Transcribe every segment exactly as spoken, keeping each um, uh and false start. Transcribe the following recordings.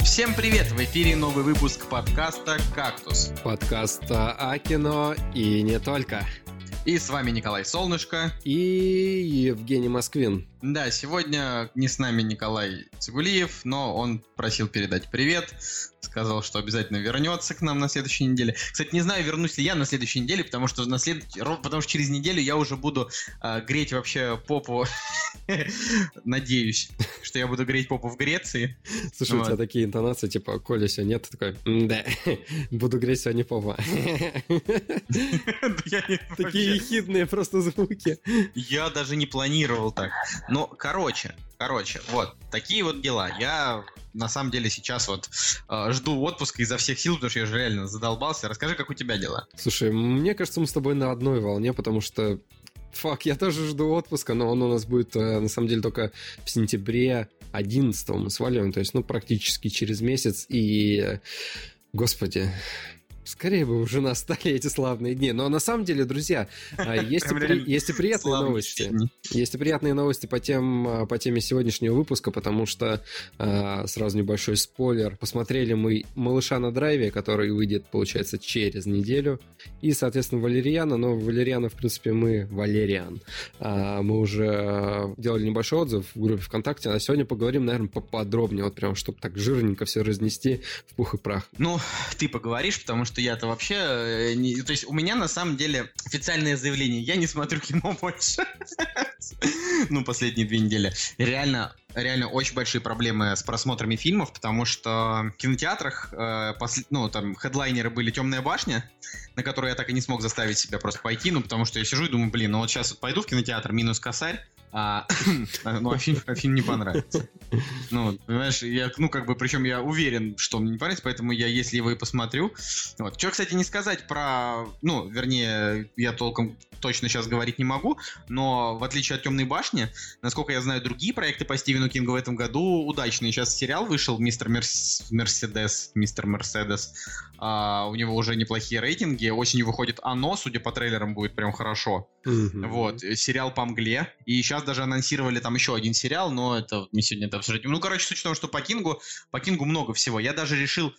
Всем привет! В эфире новый выпуск подкаста «Кактус». Подкаста о кино и не только. И с вами Николай Солнышко. И Евгений Москвин. Да, сегодня не с нами Николай Цигулиев, но он просил передать привет. Сказал, что обязательно вернется к нам на следующей неделе. Кстати, не знаю, вернусь ли я на следующей неделе, потому что, на след... потому что через неделю я уже буду э, греть вообще попу. Надеюсь, что я буду греть попу в Греции. Слушай, у тебя такие интонации, типа, Коля сегодня нет, такой, да, буду греть сегодня попу. Такие ехидные просто звуки. Я даже не планировал так. Ну, короче, короче, вот, такие вот дела. Я, на самом деле, сейчас вот э, жду отпуска изо всех сил, потому что я же реально задолбался. Расскажи, как у тебя дела? Слушай, мне кажется, мы с тобой на одной волне, потому что, фак, я тоже жду отпуска, но он у нас будет, э, на самом деле, только в сентябре одиннадцатого мы сваливаем, то есть, ну, практически через месяц, и, э, господи... Скорее бы уже настали эти славные дни. Но на самом деле, друзья, есть и, при... есть и приятные новости. Дни. Есть и приятные новости по, тем, по теме сегодняшнего выпуска, потому что, сразу небольшой спойлер, посмотрели мы «Малыша на драйве», который выйдет, получается, через неделю, и, соответственно, «Валериана». Но «Валериана», в принципе, мы «Валериан». Мы уже делали небольшой отзыв в группе ВКонтакте, а сегодня поговорим, наверное, поподробнее, вот прям, чтобы так жирненько все разнести в пух и прах. Ну, ты поговоришь, потому что что я-то вообще... Не, то есть у меня на самом деле официальное заявление. Я не смотрю кино больше. Ну, последние две недели. Реально, реально очень большие проблемы с просмотрами фильмов, потому что в кинотеатрах, э, посл... ну, там, хедлайнеры были «Темная башня», на которую я так и не смог заставить себя просто пойти, ну, потому что я сижу и думаю, блин, ну вот сейчас вот пойду в кинотеатр, минус косарь, а, ну, а фильм, а фильм не понравится. Ну, понимаешь, я, ну, как бы, причем я уверен, что мне не понравится, поэтому я, если его и посмотрю... Вот. Что, кстати, не сказать про... Ну, вернее, я толком точно сейчас говорить не могу, но в отличие от «Темной башни», насколько я знаю, другие проекты по Стивену Кингу в этом году удачные. Сейчас сериал вышел «Мистер Мерс... Мерседес», «Мистер Мерседес». А, у него уже неплохие рейтинги. Осенью выходит «Оно», судя по трейлерам, будет прям хорошо. Mm-hmm. Вот. Сериал «По мгле». И сейчас даже анонсировали там еще один сериал, но это мы сегодня это обсуждаем. Ну, короче, суть в том, что по Кингу, по Кингу много всего. Я даже решил,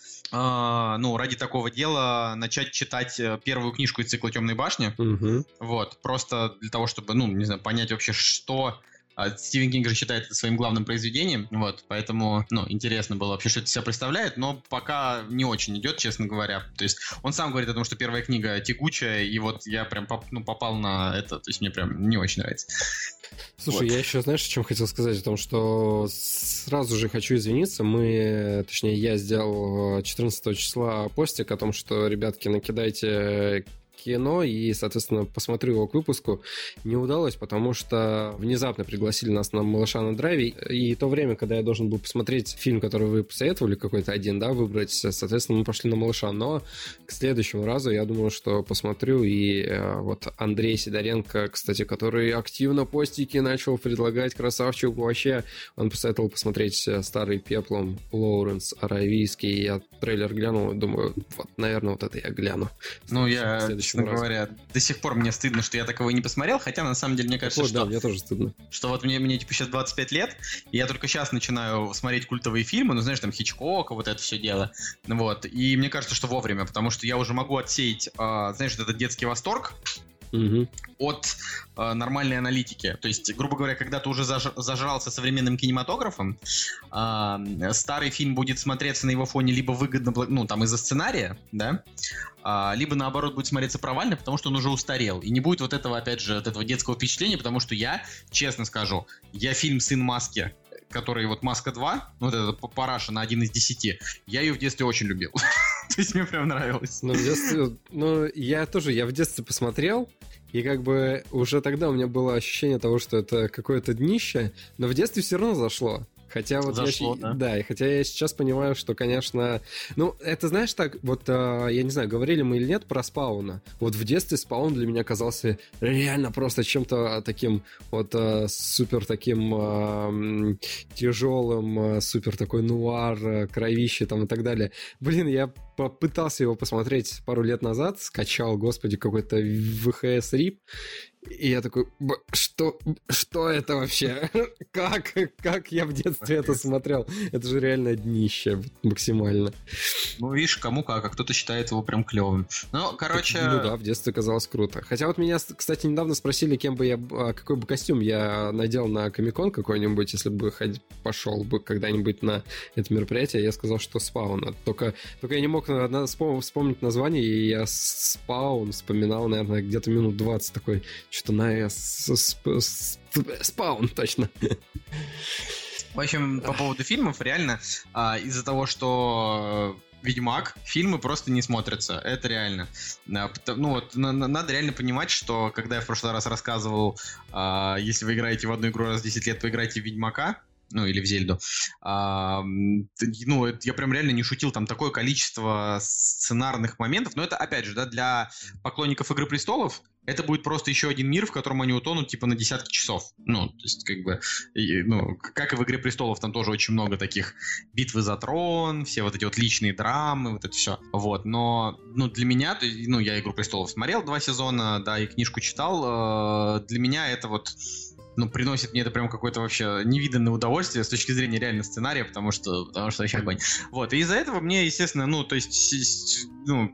э, ну, ради такого дела начать читать первую книжку из цикла «Темной башни». Mm-hmm. Вот. Просто для того, чтобы, ну, не знаю, понять вообще, что... Стивен Кинг же считает это своим главным произведением, вот, поэтому, ну, интересно было вообще, что это себя представляет, но пока не очень идет, честно говоря. То есть он сам говорит о том, что первая книга тягучая, и вот я прям поп- ну, попал на это, то есть мне прям не очень нравится. Слушай, вот. Я еще, знаешь, о чем хотел сказать? О том, что сразу же хочу извиниться. Мы, точнее, я сделал четырнадцатого числа постик о том, что, ребятки, накидайте кино, и, соответственно, посмотрю его к выпуску. Не удалось, потому что внезапно пригласили нас на «Малыша на драйве», и то время, когда я должен был посмотреть фильм, который вы посоветовали, какой-то один, да, выбрать, соответственно, мы пошли на «Малыша», но к следующему разу я думаю, что посмотрю, и э, вот Андрей Сидоренко, кстати, который активно постики начал предлагать, красавчик вообще, он посоветовал посмотреть «Старый пеплом», Лоуренс Аравийский, я трейлер глянул, думаю, вот, наверное, вот это я гляну. Ну, я... Честно говоря, до сих пор мне стыдно, что я такого и не посмотрел, хотя на самом деле мне кажется, вот, что... Да, мне тоже стыдно. Что вот мне, мне типа сейчас двадцать пять лет, и я только сейчас начинаю смотреть культовые фильмы, ну знаешь, там Хичкока, вот это все дело, вот, и мне кажется, что вовремя, потому что я уже могу отсеять, э, знаешь, вот этот детский восторг, угу. от э, нормальной аналитики. То есть, грубо говоря, когда ты уже заж- зажрался современным кинематографом, э, старый фильм будет смотреться на его фоне либо выгодно, ну, там, из-за сценария, да, э, либо, наоборот, будет смотреться провально, потому что он уже устарел. И не будет вот этого, опять же, от этого детского впечатления, потому что я, честно скажу, я фильм «Сын Маски», который вот «Маска два», ну, вот это параша на один из десяти, я ее в детстве очень любил. То есть мне прям нравилось. Ну, в детстве, ну, я тоже, я в детстве посмотрел, и как бы уже тогда у меня было ощущение того, что это какое-то днище, но в детстве все равно зашло. Хотя вот Зашло, я, да? да, и хотя я сейчас понимаю, что, конечно, ну, это, знаешь, так, вот, э, я не знаю, говорили мы или нет про Спауна. Вот в детстве Спаун для меня казался реально просто чем-то таким, вот, э, супер таким э, тяжелым, э, супер такой нуар, э, кровище там и так далее. Блин, я попытался его посмотреть пару лет назад, скачал, господи, какой-то ви эйч эс-рип, И я такой, что, что это вообще? Как, как я в детстве это смотрел? Это же реально днище максимально. Ну, видишь, кому как, а кто-то считает его прям клевым. Ну, короче... Так, ну да, в детстве казалось круто. Хотя вот меня, кстати, недавно спросили, кем бы я, какой бы костюм я надел на Комик-кон какой-нибудь, если бы ходить, пошел бы когда-нибудь на это мероприятие. Я сказал, что Спауна. Только, только я не мог вспомнить название, и я Спаун вспоминал, наверное, где-то минут двадцать такой... Что на Спаун, точно. В общем, по поводу фильмов, реально, а, из-за того, что Ведьмак, фильмы просто не смотрятся. Это реально. Ну вот, надо реально понимать, что когда я в прошлый раз рассказывал, а, если вы играете в одну игру раз в десять лет, то играйте в Ведьмака, ну, или в Зельду. А, ну, это, я прям реально не шутил, там такое количество сценарных моментов, но это, опять же, да, для поклонников Игры Престолов это будет просто еще один мир, в котором они утонут, типа, на десятки часов. Ну, то есть, как бы, и, ну, как и в Игре Престолов, там тоже очень много таких битвы за трон, все вот эти вот личные драмы, вот это все. Вот, но, ну, для меня, ну, я Игру Престолов смотрел два сезона, да, и книжку читал, для меня это вот... Ну, приносит мне это прям какое-то вообще невиданное удовольствие с точки зрения реально сценария, потому что, потому что вообще огонь. Вот, и из-за этого мне, естественно, ну, то есть, ну,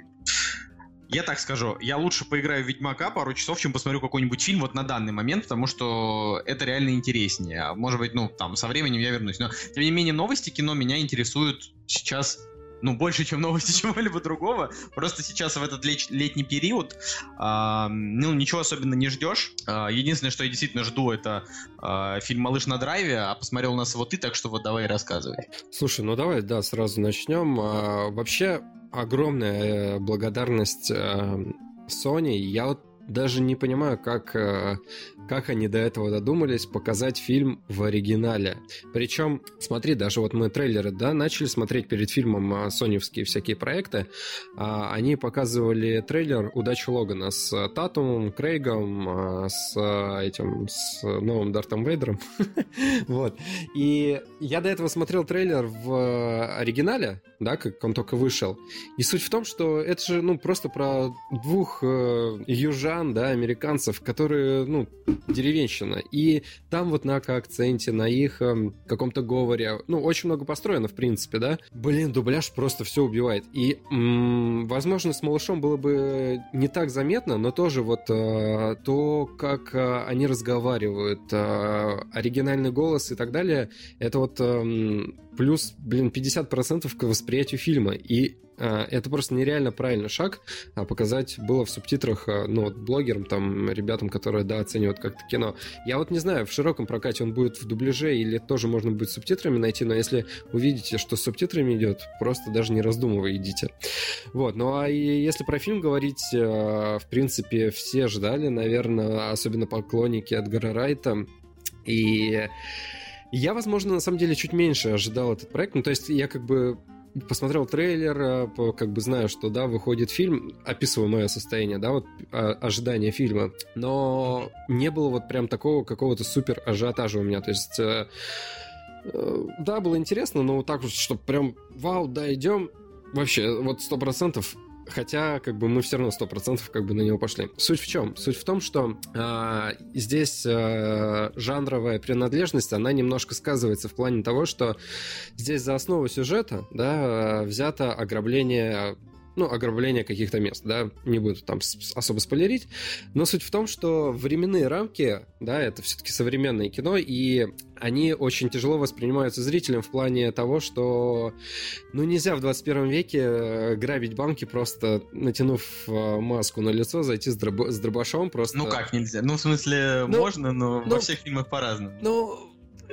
я так скажу, я лучше поиграю в Ведьмака пару часов, чем посмотрю какой-нибудь фильм вот на данный момент, потому что это реально интереснее. Может быть, ну, там, со временем я вернусь. Но, тем не менее, новости кино меня интересуют сейчас... Ну, больше, чем новости чего-либо другого. Просто сейчас в этот лет- летний период э, ну, ничего особенно не ждешь. Э, единственное, что я действительно жду, это э, фильм «Малыш на драйве», а посмотрел у нас его ты, так что вот давай рассказывай. Слушай, ну давай, да, сразу начнем. А, вообще, огромная благодарность а, Sony. Я вот даже не понимаю, как, как они до этого додумались показать фильм в оригинале. Причем, смотри, даже вот мы трейлеры, да, начали смотреть перед фильмом соневские всякие проекты. Они показывали трейлер «Удачи Логана» с Татумом, Крейгом, с этим, с новым Дартом Вейдером. Вот. И я до этого смотрел трейлер в оригинале, да, как он только вышел. И суть в том, что это же, ну, просто про двух южан, да, американцев, которые, ну, деревенщина. И там вот на акценте, на их э, каком-то говоре, ну, очень много построено, в принципе, да. Блин, дубляж просто все убивает. И, м- возможно, с «Малышом» было бы не так заметно, но тоже вот э, то, как э, они разговаривают, э, оригинальный голос и так далее, это вот э, плюс, блин, пятьдесят процентов к восприятию фильма. И это просто нереально правильный шаг показать было в субтитрах, ну, вот блогерам, там, ребятам, которые, да, оценивают как-то кино. Я вот не знаю, в широком прокате он будет в дубляже или тоже можно будет с субтитрами найти, но если увидите, что с субтитрами идет, просто даже не раздумывая идите. Вот, ну а если про фильм говорить, в принципе, все ждали, наверное, особенно поклонники Эдгара Райта, и я, возможно, на самом деле чуть меньше ожидал этот проект, ну, то есть я как бы посмотрел трейлер, как бы знаю, что, да, выходит фильм, описываю мое состояние, да, вот ожидание фильма, но не было вот прям такого какого-то супер ажиотажа у меня, то есть, э, э, да, было интересно, но вот так вот, чтобы прям, вау, да, идем, вообще, вот сто процентов. Хотя, как бы, мы все равно сто процентов как бы на него пошли. Суть в чем? Суть в том, что э, здесь э, жанровая принадлежность, она немножко сказывается в плане того, что здесь за основу сюжета, да, взято ограбление... Ну, ограбление каких-то мест, да, не буду там особо спойлерить, но суть в том, что временные рамки, да, это все-таки современное кино, и они очень тяжело воспринимаются зрителям в плане того, что, ну, нельзя в двадцать первом веке грабить банки, просто натянув маску на лицо, зайти с, дроб... с дробашом, просто... Ну, как нельзя? Ну, в смысле, ну, можно, но ну, во всех фильмах по-разному. Ну,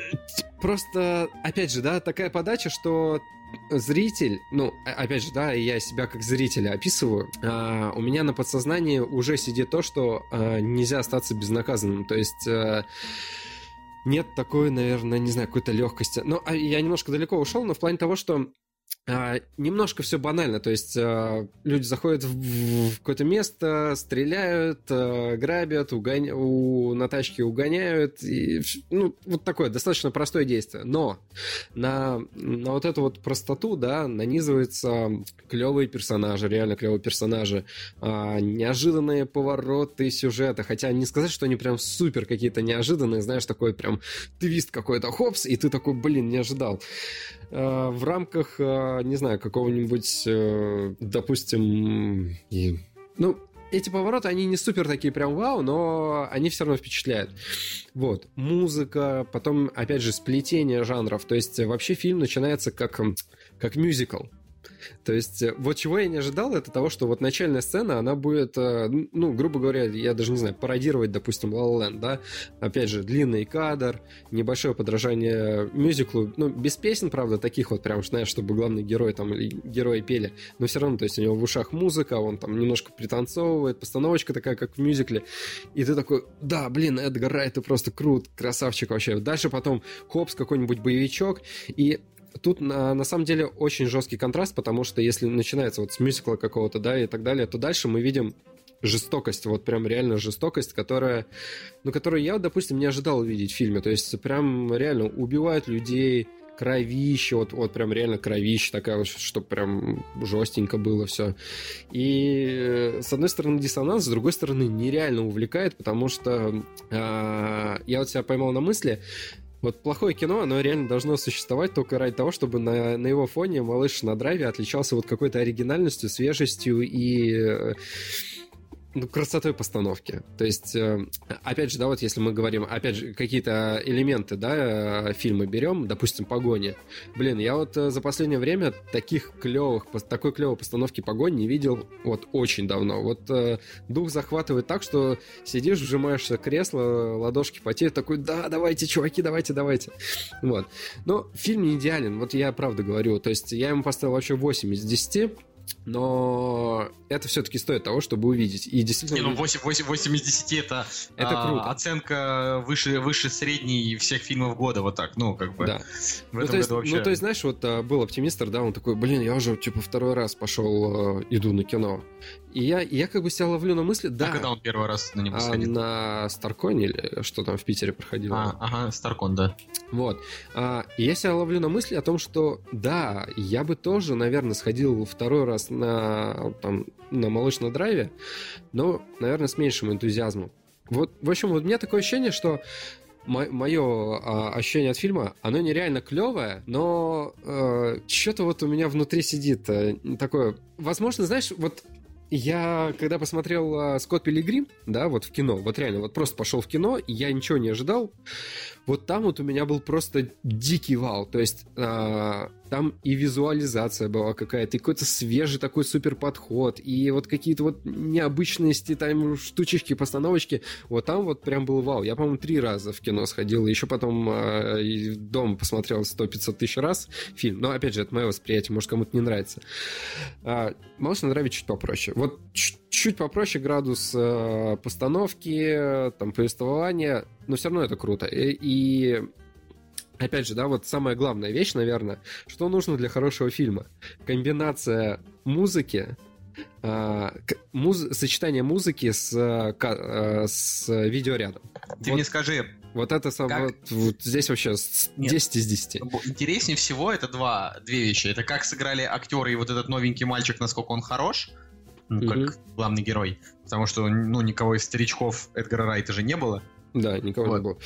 просто, опять же, да, такая подача, что зритель, ну, опять же, да, я себя как зрителя описываю, а, у меня на подсознании уже сидит то, что а, нельзя остаться безнаказанным, то есть а, нет такой, наверное, не знаю, какой-то легкости. Но а, я немножко далеко ушел, но в плане того, что А, немножко все банально, то есть а, люди заходят в, в какое-то место, стреляют, а, грабят, угоня... у... на тачке угоняют, и, ну, вот такое достаточно простое действие. Но на, на вот эту вот простоту, да, нанизываются клевые персонажи, реально клевые персонажи, а, неожиданные повороты сюжета, хотя не сказать, что они прям супер какие-то неожиданные, знаешь, такой прям твист какой-то, хопс, и ты такой, блин, не ожидал. А, в рамках не знаю, какого-нибудь, э, допустим, и, ну, эти повороты, они не супер такие прям вау, но они все равно впечатляют. Вот. Музыка, потом, опять же, сплетение жанров. То есть, вообще фильм начинается как, как мюзикл. То есть, вот чего я не ожидал, это того, что вот начальная сцена, она будет, ну, грубо говоря, я даже не знаю, пародировать, допустим, La La Land, да? Опять же, длинный кадр, небольшое подражание мюзиклу, ну, без песен, правда, таких вот прям, знаешь, чтобы главный герой там или герои пели, но все равно, то есть, у него в ушах музыка, он там немножко пританцовывает, постановочка такая, как в мюзикле, и ты такой, да, блин, Эдгар Райт, ты просто крут, красавчик вообще. Дальше потом, хопс, какой-нибудь боевичок, и тут на, на самом деле очень жесткий контраст, потому что если начинается вот с мюзикла какого-то, да, и так далее, то дальше мы видим жестокость, вот прям реально жестокость, которая, ну, которую я, допустим, не ожидал увидеть в фильме, то есть прям реально убивают людей, кровище, вот, вот прям реально кровище такая, чтобы прям жестенько было все. И с одной стороны диссонанс, с другой стороны нереально увлекает, потому что э, я вот себя поймал на мысли, вот плохое кино, оно реально должно существовать только ради того, чтобы на, на его фоне «Малыш на драйве» отличался вот какой-то оригинальностью, свежестью и ну, красотой постановки. То есть, опять же, да, вот если мы говорим, опять же, какие-то элементы, да, фильма берем, допустим, погони. Блин, я вот за последнее время таких клевых, такой клевой постановки погонь не видел вот очень давно. Вот дух захватывает так, что сидишь, вжимаешься в кресло, ладошки потеют, такой, да, давайте, чуваки, давайте, давайте. Вот. Но фильм не идеален, вот я правда говорю. То есть, я ему поставил вообще восемь из десяти. Но это все-таки стоит того, чтобы увидеть. И действительно... Не, ну восемь, восемь, восемь из десяти это, это а, круто. Оценка выше, выше средней всех фильмов года, вот так, ну, как бы. Да. В ну, этом то есть, году вообще... ну, то есть, знаешь, вот был оптимистр, да, он такой, блин, я уже, типа, второй раз пошел, э, иду на кино. И я, и я как бы себя ловлю на мысли, да. А когда он первый раз на него а сходил? На Старконе или что там в Питере проходило? А, ага, Старкон, да. Вот. А, и я себя ловлю на мысли о том, что да, я бы тоже, наверное, сходил второй раз на, там, на «Малыш на драйве», но, наверное, с меньшим энтузиазмом. Вот, в общем, вот у меня такое ощущение, что мое а, ощущение от фильма, оно нереально клевое, но э, что-то вот у меня внутри сидит э, такое... Возможно, знаешь, вот я, когда посмотрел а, «Скотт Пилигрим», да, вот в кино, вот реально, вот просто пошел в кино, и я ничего не ожидал, вот там вот у меня был просто дикий вау, то есть а, там и визуализация была какая-то, и какой-то свежий такой супер подход, и вот какие-то вот необычности, там штучечки, постановочки, вот там вот прям был вау. Я, по-моему, три раза в кино сходил, еще потом а, и дома посмотрел сто-пятьсот тысяч раз фильм, но, опять же, это мое восприятие, может, кому-то не нравится. А, «Малыш на драйве» чуть попроще. Вот чуть попроще градус э, постановки, там, повествования, но все равно это круто. И, и опять же, да, вот самая главная вещь, наверное, что нужно для хорошего фильма. Комбинация музыки, э, муз... сочетание музыки с, э, с видеорядом. Ты вот, мне скажи, вот это сам, вот, вот здесь вообще десять из десяти. Интереснее всего это два, две вещи. Это как сыграли актеры и вот этот новенький мальчик, насколько он хорош, ну, как mm-hmm. главный герой. Потому что, ну, никого из старичков Эдгара Райта же не было. Да, никого вот. не было.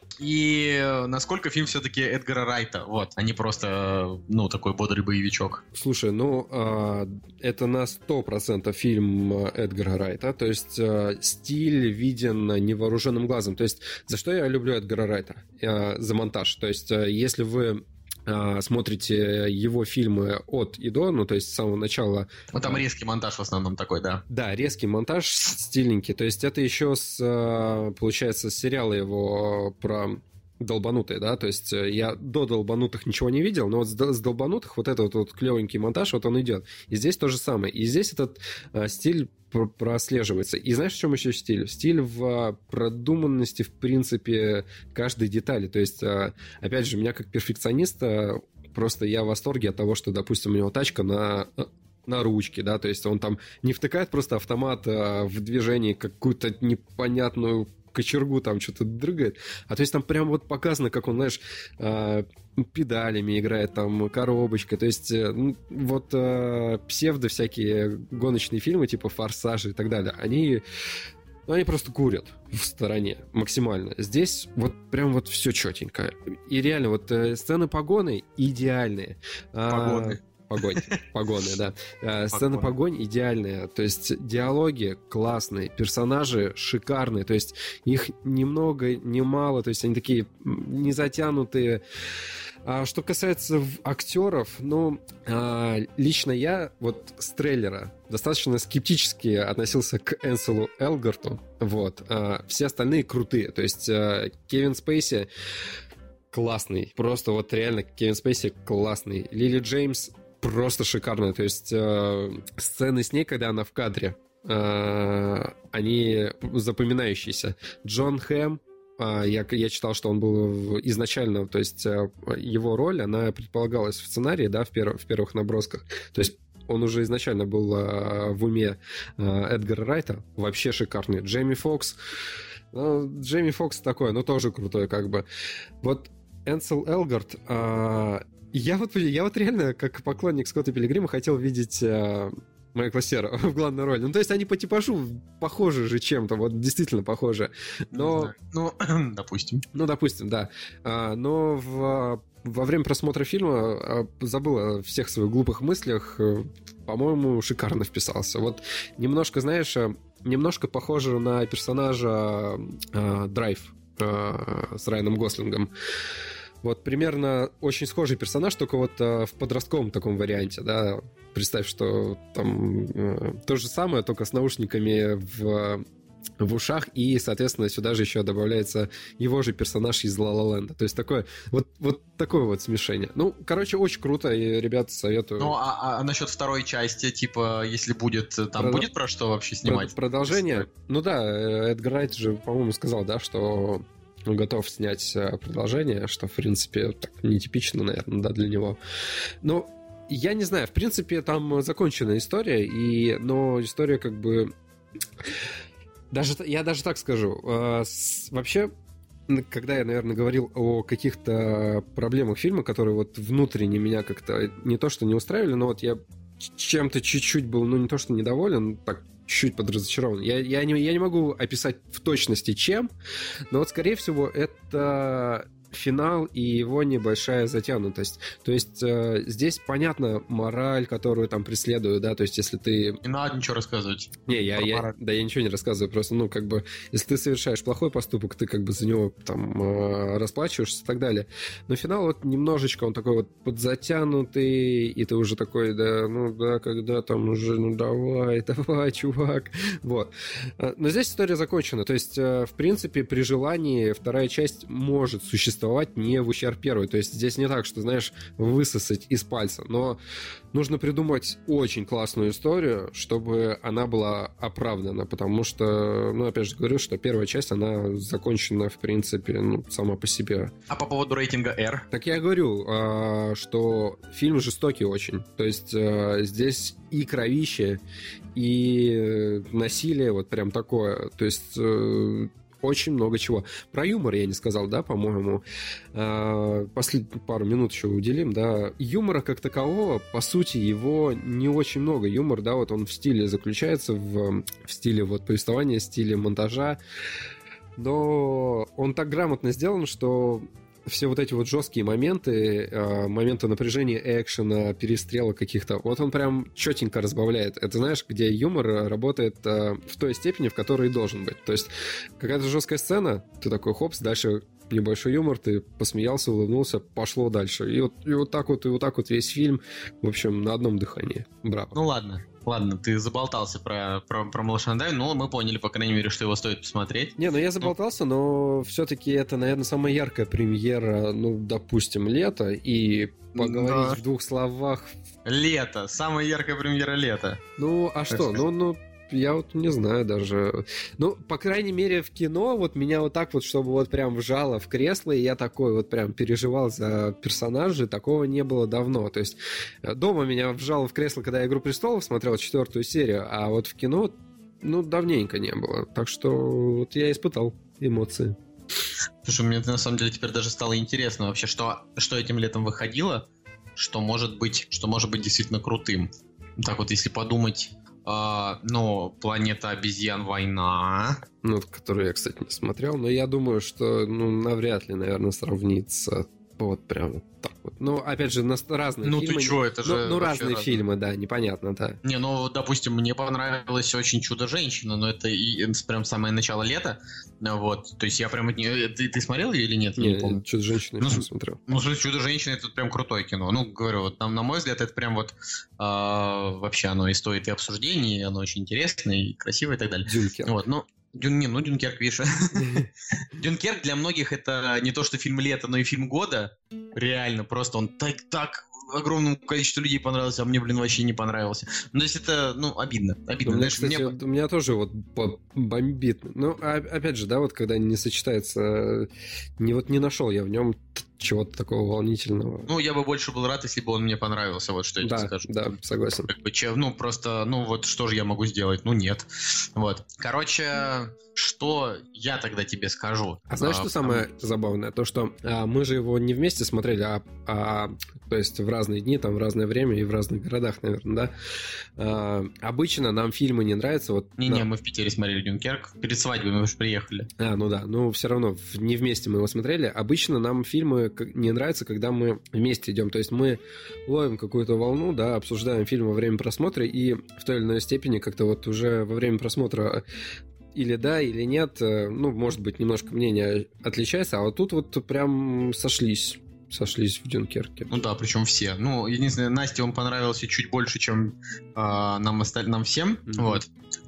И насколько фильм все-таки Эдгара Райта, вот, а не просто, ну, такой бодрый боевичок. Слушай, ну, э, это на сто процентов фильм Эдгара Райта, то есть э, стиль виден невооруженным глазом. То есть за что я люблю Эдгара Райта? Э, за монтаж. То есть э, если вы смотрите его фильмы от и до, ну, то есть с самого начала... Вот там резкий монтаж в основном такой, да? Да, резкий монтаж, стильненький. То есть это еще, с, получается, с сериала его про долбанутые, да, то есть я до долбанутых ничего не видел, но вот с долбанутых вот этот вот клевенький монтаж, вот он идет. И здесь то же самое. И здесь этот а, стиль прослеживается. И знаешь, в чем еще стиль? Стиль в продуманности, в принципе, каждой детали. То есть, опять же, меня как перфекциониста просто я в восторге от того, что, допустим, у него тачка на... на ручке, да, то есть он там не втыкает просто автомат а, в движении какую-то непонятную кочергу, там что-то дрыгает, а то есть там прям вот показано, как он, знаешь, а, педалями играет, там, коробочкой, то есть ну, вот а, псевдо всякие гоночные фильмы, типа «Форсажи» и так далее, они... Ну, они просто курят в стороне максимально. Здесь вот прям вот все четенько. И реально вот э, сцены погоны идеальные. Погоны. А, Погонь, погоны, да. А, сцена погонь идеальная, то есть диалоги классные, персонажи шикарные, то есть их ни много, ни мало, то есть они такие не затянутые. А что касается актеров, ну, а, лично я вот с трейлера достаточно скептически относился к Энселу Элгарту, вот. А, все остальные крутые, то есть а, Кевин Спейси классный, просто вот реально Кевин Спейси классный, Лили Джеймс просто шикарная, то есть э, сцены с ней, когда она в кадре, э, они запоминающиеся. Джон Хэм, э, я, я читал, что он был изначально, то есть э, его роль, она предполагалась в сценарии, да, в, перв, в первых набросках, то есть он уже изначально был э, в уме э, Эдгара Райта, вообще шикарный. Джейми Фокс, ну, Джейми Фокс такой, но тоже крутой, как бы. Вот Энсел Элгарт, э, Я вот, я вот реально, как поклонник Скотта Пилигрима, хотел видеть э, Майкла Сера в главной роли. Ну, то есть они по типажу похожи же чем-то, вот действительно похожи. Но... Ну, допустим. Ну, допустим, да. А, но в, во время просмотра фильма забыл о всех своих глупых мыслях. По-моему, шикарно вписался. Вот немножко, знаешь, немножко похоже на персонажа э, Драйв э, с Райаном Гослингом. Вот примерно очень схожий персонаж, только вот э, в подростковом таком варианте, да. Представь, что там э, то же самое, только с наушниками в, в ушах, и, соответственно, сюда же еще добавляется его же персонаж из Ла Ла Ленда. То есть такое вот, вот такое вот смешение. Ну, короче, очень круто, и ребята советую. Ну, а, а насчет второй части, типа, если будет, там Прод... будет про что вообще снимать? Продолжение? Ну да, Эдгар Райт же, по-моему, сказал, да, что... Он готов снять продолжение, что, в принципе, так нетипично, наверное, да, для него. Но я не знаю, в принципе, там закончена история, и... но история как бы... Даже, я даже так скажу. Вообще, когда я, наверное, говорил о каких-то проблемах фильма, которые вот внутренне меня как-то не то что не устраивали, но вот я чем-то чуть-чуть был, ну, не то что недоволен, так, чуть-чуть подразочарован. Я, я, не, я не могу описать в точности чем, но вот, скорее всего, это финал и его небольшая затянутость. То есть э, здесь понятна мораль, которую там преследуют, да, то есть если ты... Не надо ничего рассказывать. Не, я, я, да, я ничего не рассказываю, просто, ну, как бы, если ты совершаешь плохой поступок, ты как бы за него там э, расплачиваешься и так далее. Но финал вот немножечко, он такой вот подзатянутый, и ты уже такой, да, ну, да, когда там уже, ну, давай, давай, чувак, вот. Но здесь история закончена, то есть, э, в принципе, при желании вторая часть может существовать не в ущерб первой. То есть здесь не так, что, знаешь, высосать из пальца. Но нужно придумать очень классную историю, чтобы она была оправдана. Потому что, ну, опять же говорю, что первая часть, она закончена, в принципе, ну, сама по себе. А по поводу рейтинга R? Так я говорю, что фильм жестокий очень. То есть здесь и кровище, и насилие вот прям такое. То есть... очень много чего. Про юмор я не сказал, да, по-моему. Последнюю пару минут еще уделим, да. Юмора как такового, по сути, его не очень много. Юмор, да, вот он в стиле заключается, в, в стиле вот повествования, в стиле монтажа. Но он так грамотно сделан, что все вот эти вот жесткие моменты, моменты напряжения, экшена, перестрелок каких-то, вот он прям четенько разбавляет. Это, знаешь, где юмор работает в той степени, в которой и должен быть. То есть какая-то жесткая сцена, ты такой, хопс, дальше небольшой юмор, ты посмеялся, улыбнулся, пошло дальше. И вот, и вот так вот, и вот так вот весь фильм, в общем, на одном дыхании. Браво. Ну ладно. Ладно, ты заболтался про, про, про «Малыша на драйве», но мы поняли, по крайней мере, что его стоит посмотреть. Не, ну я заболтался, но все-таки это, наверное, самая яркая премьера, ну, допустим, лета, и поговорить да. в двух словах... Лето, самая яркая премьера лета. Ну, а что? Ну, ну, я вот не знаю даже. Ну, по крайней мере, в кино вот меня вот так вот, чтобы вот прям вжало в кресло, и я такой вот прям переживал за персонажей, такого не было давно. То есть дома меня вжало в кресло, когда я «Игру престолов» смотрел четвертую серию, а вот в кино, ну, давненько не было. Так что вот я испытал эмоции. Слушай, мне на самом деле теперь даже стало интересно вообще, что, что этим летом выходило, что может быть, что может быть действительно крутым. Так вот, если подумать, э, ну, «Планета обезьян. Война». Ну, которую я, кстати, не смотрел, но я думаю, что, ну, навряд ли, наверное, сравнится вот прям вот так вот. Ну, опять же, на разные ну, фильмы. Ну, ты чё, это же... Ну, ну разные разное. фильмы, да, непонятно, да. Не, ну, допустим, мне понравилось очень «Чудо-женщина», но это и прям самое начало лета, вот, то есть я прям... Ты, ты смотрел ее или нет? Не, я не помню. «Чудо-женщину» ну, я не смотрел. Ну, «Чудо-женщина» — это прям крутое кино. Ну, говорю, вот там, на мой взгляд, это прям вот э, вообще оно и стоит и обсуждений, и оно очень интересное, и красивое, и так далее. «Дюнкерк». Вот, ну, Дюн, не, ну, «Дюнкерк», видишь. «Дюнкерк» для многих это не то, что фильм лета, но и фильм года. Реально, просто он так, так огромному количеству людей понравился, а мне, блин, вообще не понравился. Ну, то есть это, ну, обидно. Обидно. У меня, Знаешь, кстати, мне... у меня тоже вот бомбит. Ну, а, опять же, да, вот когда не сочетается... Не, вот не нашел я в нем чего-то такого волнительного. Ну, я бы больше был рад, если бы он мне понравился, вот что я да, тебе скажу. Да, согласен. Как бы, че, ну, просто, ну, вот что же я могу сделать? Ну, нет. Вот. Короче, что я тогда тебе скажу? А знаешь, а, что самое потому... забавное? То, что а, мы же его не вместе смотрели, а, а то есть в разные дни, там, в разное время и в разных городах, наверное, да? А, обычно нам фильмы не нравятся. Вот, Не-не, нам... мы в Питере смотрели «Дюнкерк». Перед свадьбой мы уже приехали. А, ну да, ну все равно не вместе мы его смотрели. Обычно нам фильмы не нравятся, когда мы вместе идем. То есть мы ловим какую-то волну, да, обсуждаем фильм во время просмотра, и в той или иной степени как-то вот уже во время просмотра или да, или нет, ну, может быть, немножко мнение отличается, а вот тут вот прям сошлись. Сошлись в «Дюнкерке». Ну да, причем все. Ну, единственное, Насте он понравился чуть больше, чем э, нам, осталь... нам всем. Mm-hmm. Вот.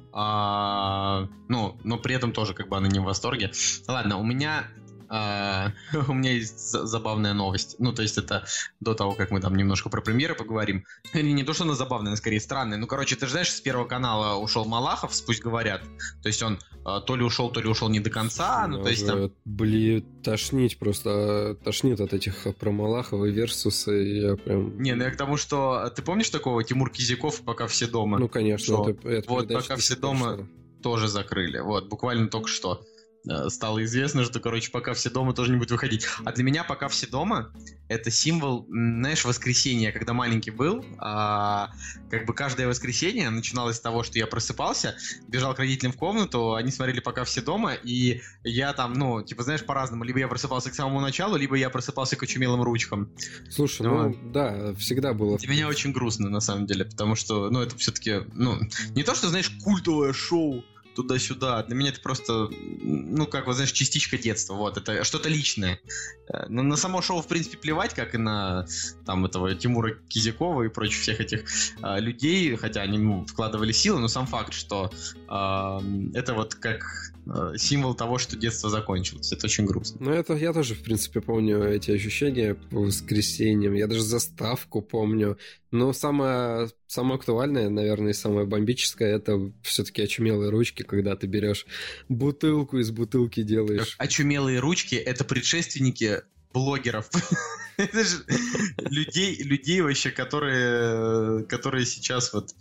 А, ну, но при этом тоже как бы она не в восторге. Ладно, у меня... Uh, у меня есть забавная новость. Ну, то есть это до того, как мы там немножко про премьеры поговорим. Или не то, что она забавная, но скорее странная. Ну, короче, ты же знаешь, с Первого канала ушел Малахов, пусть говорят. То есть он uh, то ли ушел, то ли ушел не до конца. Ну, то есть там... Блин, тошнить просто. Тошнит от этих про Малахова и Версуса. Я прям... Не, ну я к тому, что... Ты помнишь такого Тимур Кизяков «Пока все дома»? Ну, конечно. Это, это вот «Пока все дома» что? Тоже закрыли. Вот, буквально только что. Стало известно, что, короче, «Пока все дома» тоже не будет выходить. А для меня «Пока все дома» — это символ, знаешь, воскресенья. Когда маленький был, а, как бы каждое воскресенье начиналось с того, что я просыпался, бежал к родителям в комнату, они смотрели «Пока все дома», и я там, ну, типа, знаешь, по-разному. Либо я просыпался к самому началу, либо я просыпался к очумелым ручкам. Слушай, ну, ну да, всегда было. Для меня очень грустно, на самом деле, потому что, ну, это все-таки, ну, не то, что, знаешь, культовое шоу, туда-сюда. Для меня это просто, ну, как, вот, знаешь, частичка детства. Вот, это что-то личное. Но на само шоу, в принципе, плевать, как и на там этого Тимура Кизякова и прочих всех этих а, людей, хотя они, ну, вкладывали силы, но сам факт, что а, это вот как а, символ того, что детство закончилось. Это очень грустно. Ну, это я тоже, в принципе, помню эти ощущения по воскресеньям. Я даже заставку помню. Но самое, самое актуальное, наверное, и самое бомбическое, это все-таки очумелые ручки, когда ты берешь бутылку, из бутылки делаешь. Очумелые ручки — это предшественники блогеров. Это же людей, людей вообще, которые, которые сейчас вот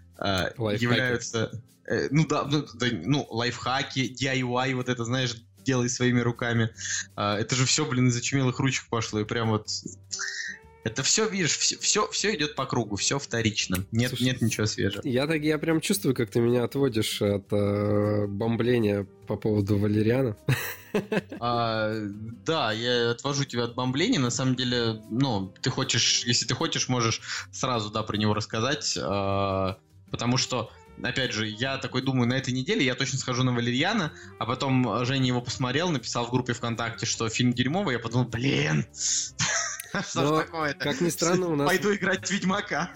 являются... Ну да, ну, лайфхаки, ди ай вай, вот это, знаешь, делай своими руками. Это же все, блин, из очумелых ручек пошло, и прям вот... Это все, видишь, все, все, все идет по кругу, все вторично. Нет, Слушай, нет ничего свежего. Я так я прям чувствую, как ты меня отводишь от э, бомбления по поводу Валериана. А, да, я отвожу тебя от бомбления. На самом деле, ну, ты хочешь, если ты хочешь, можешь сразу, да, про него рассказать. А, потому что, опять же, я такой думаю, на этой неделе я точно схожу на Валериана, а потом Женя его посмотрел, написал в группе ВКонтакте, что фильм дерьмовый, я подумал, блин... Что ж такое-то? Как ни странно, у нас... Пойду играть в Ведьмака.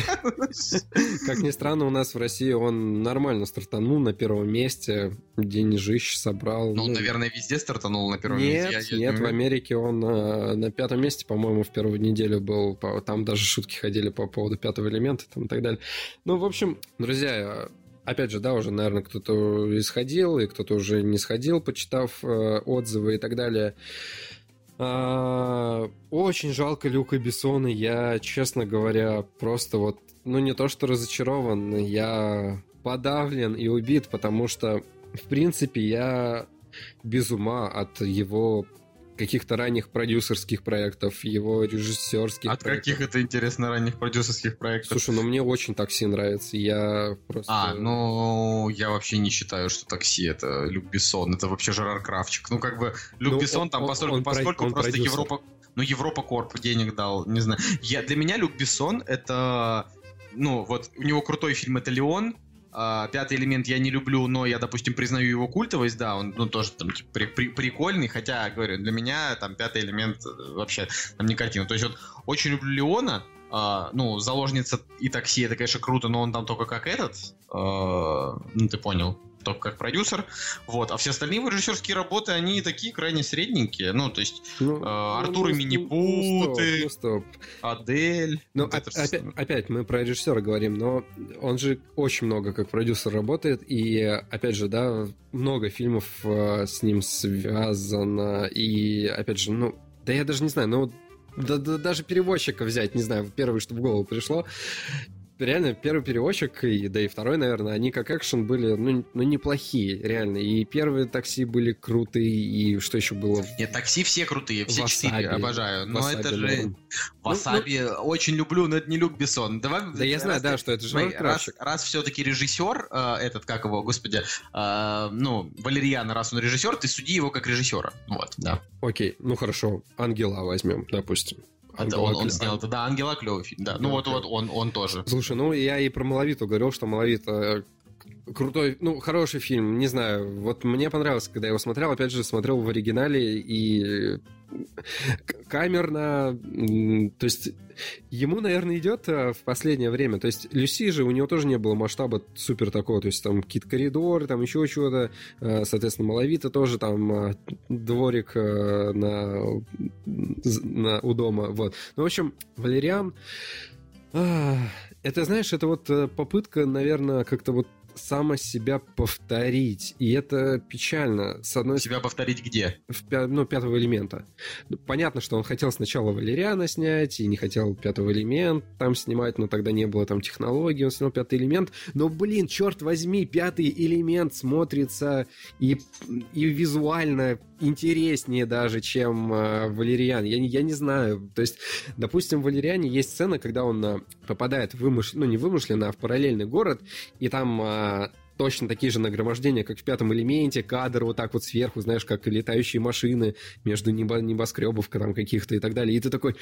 Как ни странно, у нас в России он нормально стартанул на первом месте, деньжищ собрал. Ну, ну, наверное, везде стартанул на первом нет, месте. Нет, нет, в Америке он на, на пятом месте, по-моему, в первую неделю был. Там даже шутки ходили по поводу пятого элемента там, и так далее. Ну, в общем, друзья, опять же, да, уже, наверное, кто-то исходил, и кто-то уже не сходил, почитав э, отзывы и так далее. А, очень жалко Люка Бессона. Я, честно говоря, просто вот, ну, не то что разочарован, я подавлен и убит, потому что, в принципе, я без ума от его каких-то ранних продюсерских проектов, его режиссерских От проектов. каких это, интересно, ранних продюсерских проектов? Слушай, ну мне очень «Такси» нравится, я просто... А, ну, я вообще не считаю, что «Такси» — это Люк Бессон, это вообще Жерар Кравчик. Ну, как бы, Люк Ну, Бессон он- там он- постольку, он про- поскольку он просто продюсер. Европа... Ну, Европа Корп денег дал, не знаю. Я, для меня Люк Бессон — это... Ну, вот, у него крутой фильм — это «Леон». А, «Пятый элемент» я не люблю, но я, допустим, признаю его культовость, да, он, ну, тоже там типа, при- при- прикольный, хотя, говорю, для меня там «Пятый элемент» вообще там не картина. То есть вот очень люблю Леона, а, ну, «Заложница» и «Такси» — это, конечно, круто, но он там только как этот, а, ну, ты понял, только как продюсер, вот, а все остальные его режиссерские работы, они такие крайне средненькие, ну, то есть Ну, э, ну, Артур и ну, Минипуты, Ну, стоп, ну, стоп. Адель, Ну, вот оп- это всё. опять, опять мы про режиссера говорим, но он же очень много как продюсер работает, и, опять же, да, много фильмов э, с ним связано, и, опять же, ну, да я даже не знаю, ну, да, да- даже переводчика взять, не знаю, первое, что в голову пришло, реально, первый переводчик, и, да и второй, наверное, они как экшен были, ну, ну, неплохие, реально. И первые «Такси» были крутые, и что еще было? Нет, «Такси» все крутые, все четыре, «Васаби». обожаю. Но «Васаби», это же... наверное. «Васаби» очень люблю, но это не Люк Бессон. Давай, Да я знаю, раз да, ты- что это же смотри, Жерар раз, Кравчик. раз все-таки режиссер, э, этот, как его, господи, э, ну, Валерьян, раз он режиссер, ты суди его как режиссера. Вот, да. Окей, ну хорошо, «Ангела» возьмем, допустим. Это он, он клё- снял это, да, «Ангела» клевый фильм, да. Ну «Ангела» вот, вот он, он тоже. Слушай, ну я и про «Малавиту» говорил, что «Малавита» крутой, ну, хороший фильм, не знаю. Вот мне понравился, когда я его смотрел. Опять же, смотрел в оригинале, и к- камерно, м, то есть ему, наверное, идет а, в последнее время. То есть Люси же, у него тоже не было масштаба супер такого, то есть там какие-то коридоры, там еще чего-то. А, соответственно, «Малавита» тоже там а, дворик а, на, на, у дома. Вот. Ну, в общем, Валериан... а, это, знаешь, это вот э, попытка, наверное, как-то вот само себя повторить. И это печально. С одной Себя повторить где? в пя- ну, «Пятого элемента». Ну, понятно, что он хотел сначала «Валериана» снять, и не хотел «Пятого элемента» там снимать, но тогда не было там технологий, он снял «Пятый элемент». Но, блин, черт возьми, «Пятый элемент» смотрится и, и визуально интереснее даже, чем э, «Валериан». Я, не- я не знаю. То есть, допустим, в «Валериане» есть сцена, когда он э, попадает в вымыш... ну, не вымышленный, а в параллельный город, и там... э, точно такие же нагромождения, как в «Пятом элементе», кадр вот так вот сверху, знаешь, как летающие машины между небо- небоскребов там каких-то и так далее. И ты такой: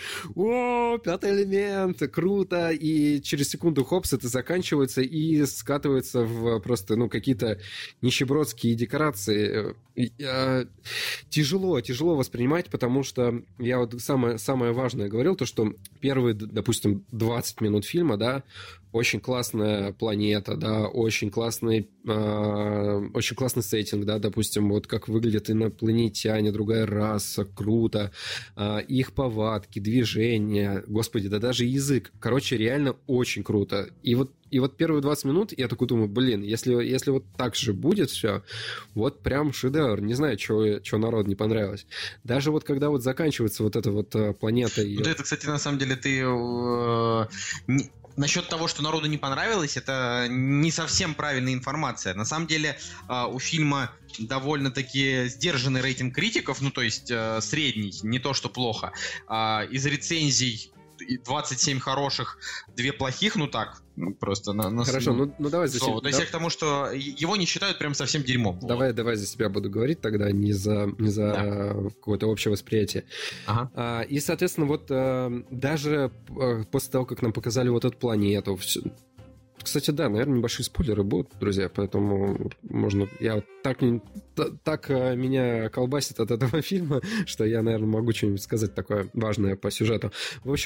о, «Пятый элемент», круто! И через секунду, хопс, это заканчивается и скатывается в просто, ну, какие-то нищебродские декорации. И, а, тяжело, тяжело воспринимать, потому что я вот самое, самое важное говорил, то, что первые, д- допустим, двадцать минут фильма, да, очень классная планета, да, очень классный, э, очень классный сеттинг, да, допустим, вот как выглядят инопланетяне, другая раса, круто, э, их повадки, движения, господи, да даже язык, короче, реально очень круто. И вот и вот первые двадцать минут я такой думаю, блин, если, если вот так же будет все, вот прям шедевр. Не знаю, что народу не понравилось. Даже вот когда вот заканчивается вот эта вот э, планета... Ну, её- это, кстати, на самом деле, ты... э, не- Насчет того, что народу не понравилось, это не совсем правильная информация. На самом деле, э, у фильма довольно-таки сдержанный рейтинг критиков, ну, то есть э, средний, не то, что плохо. А, из рецензий двадцать семь хороших, две плохих, ну так, ну, просто на, на Хорошо, ну, ну давай за слово. себя- То есть да- я к тому, что его не считают прям совсем дерьмом. Давай, давай за себя буду говорить тогда, не за, не за Да. э, какое-то общее восприятие. Ага. А, и, соответственно, вот э, даже э, после того, как нам показали вот эту планету... всё- Кстати, да, наверное, небольшие спойлеры будут, друзья, поэтому можно... Я вот так, не- та- так э, меня колбасит от этого фильма, что я, наверное, могу что-нибудь сказать такое важное по сюжету. В общем,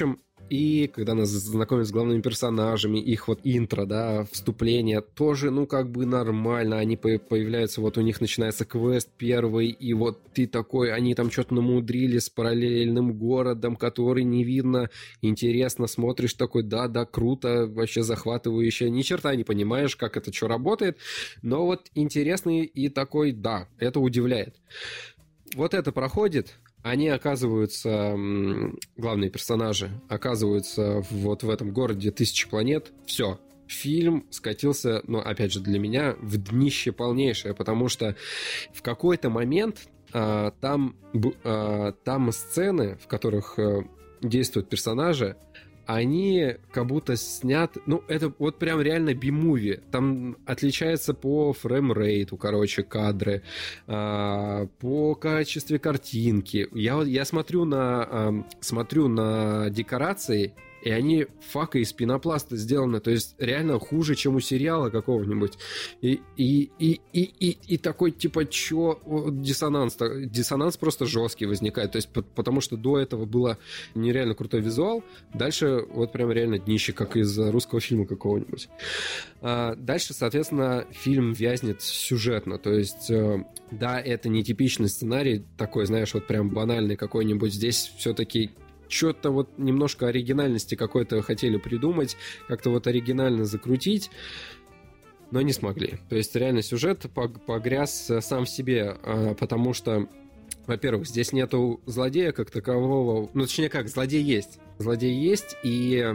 И когда нас знакомят с главными персонажами, их вот интро, да, вступление, тоже, ну, как бы нормально. Они появляются, вот у них начинается квест первый, и вот ты такой, они там что-то намудрили с параллельным городом, который не видно. Интересно, смотришь такой, да-да, круто, вообще захватывающе. Ни черта не понимаешь, как это что работает, но вот интересный и такой, да, это удивляет. Вот это проходит, они оказываются, главные персонажи, оказываются вот в этом городе тысячи планет, все. Фильм скатился, ну, опять же, для меня, в днище полнейшее, потому что в какой-то момент а, там, а, там сцены, в которых а, действуют персонажи, они как будто сняты... Ну, это вот прям реально би-муви. Там отличается по фреймрейту, короче, кадры, э, по качеству картинки. Я, я смотрю на, э, смотрю на декорации, и они фака из пенопласта сделаны, то есть реально хуже, чем у сериала какого-нибудь. И, и, и, и, и, и такой, типа, чё? Диссонанс. Диссонанс просто жесткий возникает, то есть потому что до этого было нереально крутой визуал, дальше вот прям реально днище, как из русского фильма какого-нибудь. А дальше, соответственно, фильм вязнет сюжетно, то есть, да, это не типичный сценарий, такой, знаешь, вот прям банальный какой-нибудь, здесь все-таки что-то вот немножко оригинальности какой-то хотели придумать, как-то вот оригинально закрутить, но не смогли. То есть реально сюжет погряз сам в себе, потому что, во-первых, здесь нету злодея как такового, ну точнее как, злодей есть. Злодей есть, и...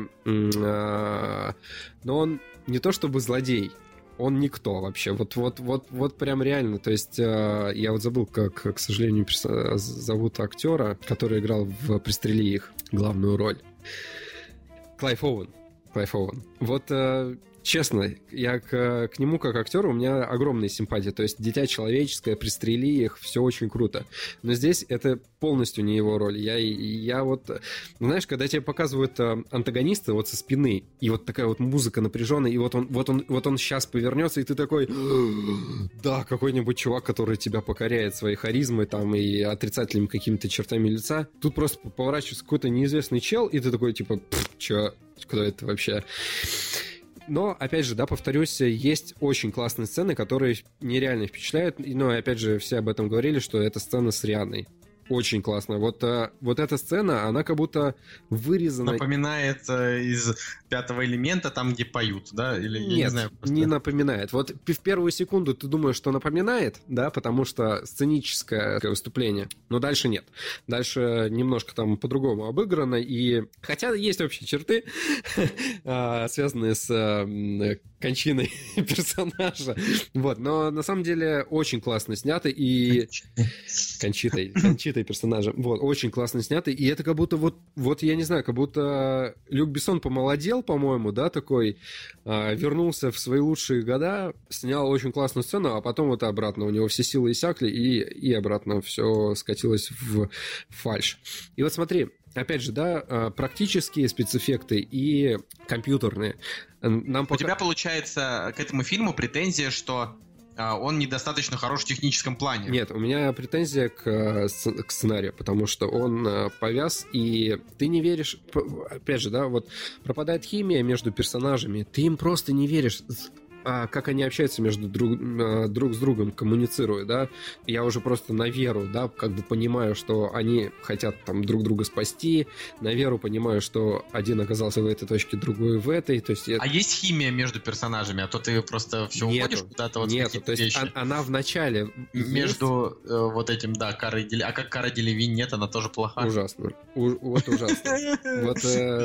но он не то чтобы злодей, он никто вообще. Вот, вот, вот, вот прям реально. То есть э, я вот забыл, как, к сожалению, перс- зовут актера, который играл в «Пристрели их» главную роль. Клайв Оуэн. Клайв Оуэн. Вот э, честно, я к, к нему как актеру у меня огромная симпатия. То есть «Дитя человеческое», «Пристрели их», все очень круто. Но здесь это полностью не его роль. Я, я вот... Знаешь, когда тебе показывают э, антагониста вот со спины, и вот такая вот музыка напряженная, и вот он, вот он, вот он сейчас повернется, и ты такой... Да, какой-нибудь чувак, который тебя покоряет своей харизмой там и отрицательными какими-то чертами лица. Тут просто поворачивается какой-то неизвестный чел, и ты такой, типа, чё? Кто это вообще? Но, опять же, да, повторюсь, есть очень классные сцены, которые нереально впечатляют. Но, опять же, все об этом говорили, что это сцена с Рианной. Очень классно. Вот, а, вот эта сцена, она как будто вырезана... Напоминает э, из «Пятого элемента», там, где поют, да? Или, Нет, я не знаю, просто... не напоминает. Вот в первую секунду ты думаешь, что напоминает, да, потому что сценическое выступление, но дальше нет. Дальше немножко там по-другому обыграно, и... Хотя есть общие черты, связанные с кончиной персонажа. Вот, но на самом деле очень классно снято, и... Кончитой. Кончитой персонажа. Вот, очень классно снято, и это как будто вот, вот я не знаю, как будто Люк Бессон помолодел, по-моему, да, такой, а, вернулся в свои лучшие года, снял очень классную сцену, а потом вот обратно, у него все силы иссякли, и, и обратно все скатилось в фальшь. И вот смотри, опять же, да, практические спецэффекты и компьютерные. Нам пока... У тебя, получается, к этому фильму претензия, что он недостаточно хорош в техническом плане. Нет, у меня претензия к, к сценарию, потому что он повяз, и ты не веришь... Опять же, да, вот пропадает химия между персонажами, ты им просто не веришь... А как они общаются между друг, друг с другом, коммуницируют, да, я уже просто на веру, да, как бы понимаю, что они хотят там друг друга спасти, на веру понимаю, что один оказался в этой точке, другой в этой, то есть... Я... А есть химия между персонажами, а то ты просто все нету, уходишь куда-то вот нету, то есть вещи. Она в начале... Между есть... э, вот этим, да, Карой Делевинь, а как Кара Делевинь, нет, она тоже плохая. Ужасно, У, вот ужасно. Вот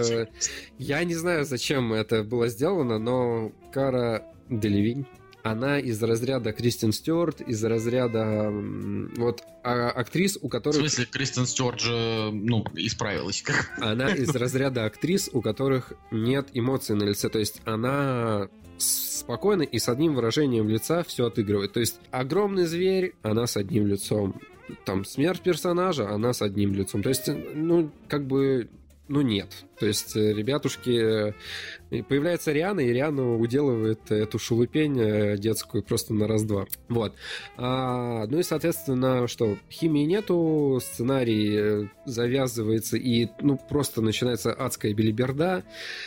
я не знаю, зачем это было сделано, но Кара Делевинь, она из разряда Кристен Стюарт, из разряда вот а, актрис, у которых... В смысле, Кристен Стюарт же, ну, исправилась. Она из разряда актрис, у которых нет эмоций на лице, то есть она спокойно и с одним выражением лица все отыгрывает. То есть огромный зверь, она с одним лицом. Там смерть персонажа, она с одним лицом. То есть, ну, как бы... ну, нет. То есть ребятушки... Появляется Риана, и Риана уделывает эту шелупень детскую просто на раз-два. Вот. А, ну и, соответственно, что? Химии нету, сценарий завязывается, и, ну, просто начинается адская белиберда.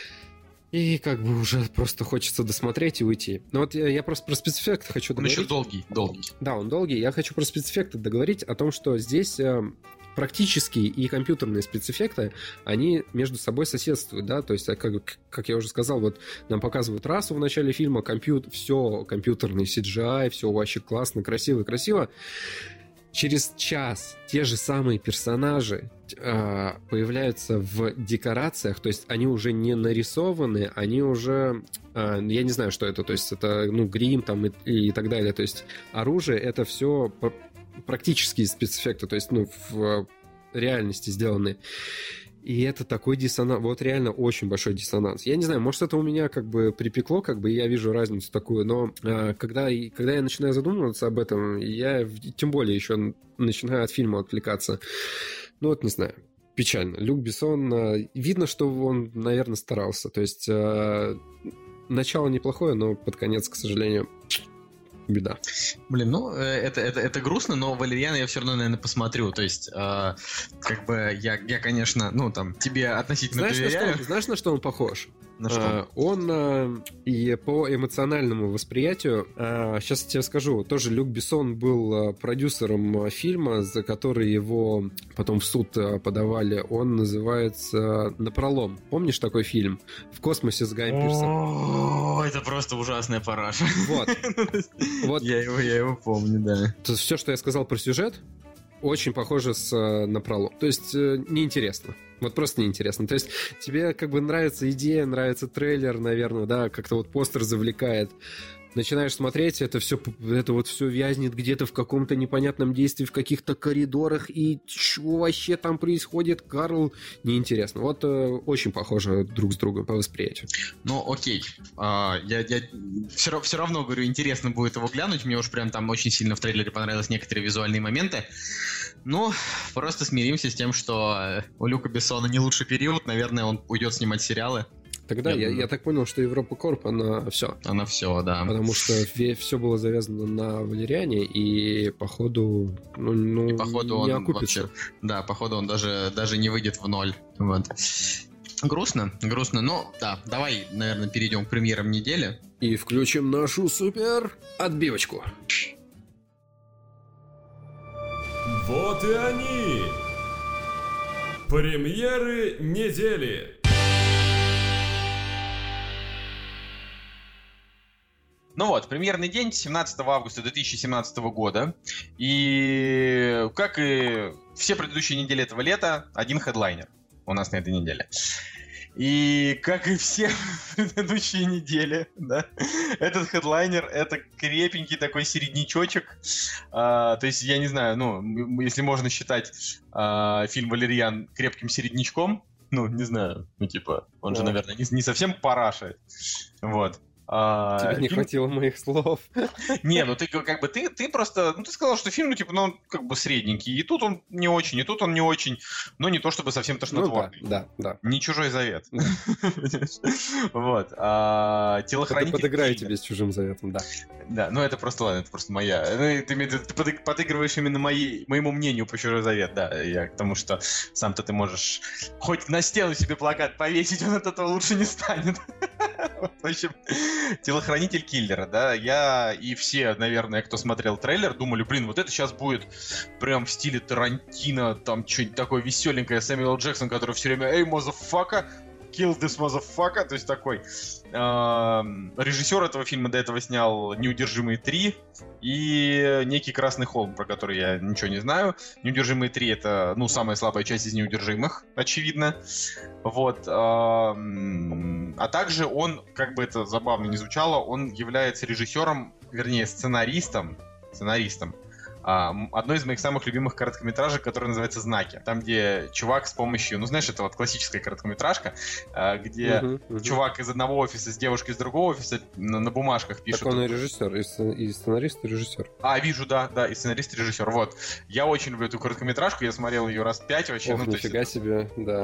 И как бы уже просто хочется досмотреть и уйти. Но вот я, я просто про спецэффекты хочу договорить. Он еще долгий, долгий. Да, он долгий. Я хочу про спецэффекты договорить о том, что здесь... практические и компьютерные спецэффекты, они между собой соседствуют, да, то есть, как, как я уже сказал, вот нам показывают расу в начале фильма, компьютер, все компьютерный си джи ай, все вообще классно, красиво, красиво. Через час те же самые персонажи э, появляются в декорациях, то есть они уже не нарисованы, они уже, э, я не знаю, что это, то есть это, ну, грим там и, и так далее, то есть оружие, это все практические спецэффекты, то есть, ну, в реальности сделаны. И это такой диссонанс, вот реально очень большой диссонанс. Я не знаю, может, это у меня как бы припекло, как бы, и я вижу разницу такую, но э, когда, когда я начинаю задумываться об этом, я тем более еще начинаю от фильма отвлекаться. Ну, вот не знаю. Печально. Люк Бессон, э, видно, что он, наверное, старался. То есть э, начало неплохое, но под конец, к сожалению... беда. Блин, ну, это, это, это грустно, но Валериана я все равно, наверное, посмотрю. То есть, э, как бы, я, я, конечно, ну, там, тебе относительно знаешь, доверяю. На что, знаешь, на что он похож? На что? А, он а, и по эмоциональному восприятию, а, сейчас я тебе скажу, тоже Люк Бессон был продюсером фильма, за который его потом в суд подавали. Он называется «Напролом». Помнишь такой фильм? В космосе с Гаем Пирсом. О, это просто ужасная параша. Вот. Вот. Я его, я его помню, да. То есть все, что я сказал про сюжет, очень похоже с э, «Напролом». То есть э, неинтересно. Вот просто неинтересно. То есть тебе как бы нравится идея, нравится трейлер, наверное, да, как-то вот постер завлекает. Начинаешь смотреть, это все, это вот все вязнет где-то в каком-то непонятном действии, в каких-то коридорах, и что вообще там происходит, Карл, неинтересно. Вот э, очень похоже друг с другом по восприятию. Ну, окей. А, я я все, все равно, говорю, интересно будет его глянуть. Мне уж прям там очень сильно в трейлере понравились некоторые визуальные моменты. Ну, просто смиримся с тем, что у Люка Бессона не лучший период. Наверное, он уйдет снимать сериалы. Тогда я, я, я так понял, что Европа Корп, она все. Она все, да. Потому что все было завязано на Валериане, и походу, ну, ну и походу не он окупится. Вообще, да, походу он даже, даже не выйдет в ноль. Вот. Грустно, грустно. Но да, давай, наверное, перейдем к премьерам недели. И включим нашу супер отбивочку. Вот и они! Премьеры недели! Ну вот, премьерный день семнадцатого августа две тысячи семнадцатого года. И как и все предыдущие недели этого лета, один хедлайнер у нас на этой неделе. И как и все предыдущие недели, да, этот хедлайнер — это крепенький такой середнячочек. А, то есть, я не знаю, ну, если можно считать а, фильм «Валериан» крепким середнячком, ну, не знаю, ну, типа, он же, наверное, не, не совсем параша. Вот. А, Тебе не фильм... хватило моих слов. Не, ну ты как бы ты, ты просто, ну ты сказал, что фильм, ну типа, ну он как бы средненький, и тут он не очень, и тут он не очень, но не то чтобы совсем тошнотворный. Ну, да, да, да. Не «Чужой завет». Вот. Телохранитель. Подыграю тебе с «Чужим заветом», да. Да, ну это просто, ладно, это просто моя. Ты подыгрываешь именно моему мнению по «Чужой завет», да, я к тому, что сам-то ты можешь хоть на стену себе плакат повесить, он от этого лучше не станет. В общем, телохранитель киллера, да, я и все, наверное, кто смотрел трейлер, думали, блин, вот это сейчас будет прям в стиле Тарантино, там что-нибудь такое веселенькое, Сэмюэл Джексон, который все время, эй, motherfucker, kill this motherfucker, то есть такой. Режиссер этого фильма до этого снял «Неудержимые три» и некий «Красный холм», про который я ничего не знаю. «Неудержимые три» — это, ну, самая слабая часть из «Неудержимых», очевидно. Вот. А также он, как бы это забавно ни звучало, он является режиссером, вернее, сценаристом, сценаристом одной из моих самых любимых короткометражек, которая называется «Знаки». Там, где чувак с помощью... Ну, знаешь, это вот классическая короткометражка, где uh-huh, uh-huh. чувак из одного офиса с девушкой из другого офиса на, на бумажках пишет... Так он и режиссер, и сценарист, и режиссер. А, вижу, да, да, и сценарист, и режиссер. Вот. Я очень люблю эту короткометражку, я смотрел ее раз пять вообще. Ох, ну, нифига есть... себе, да.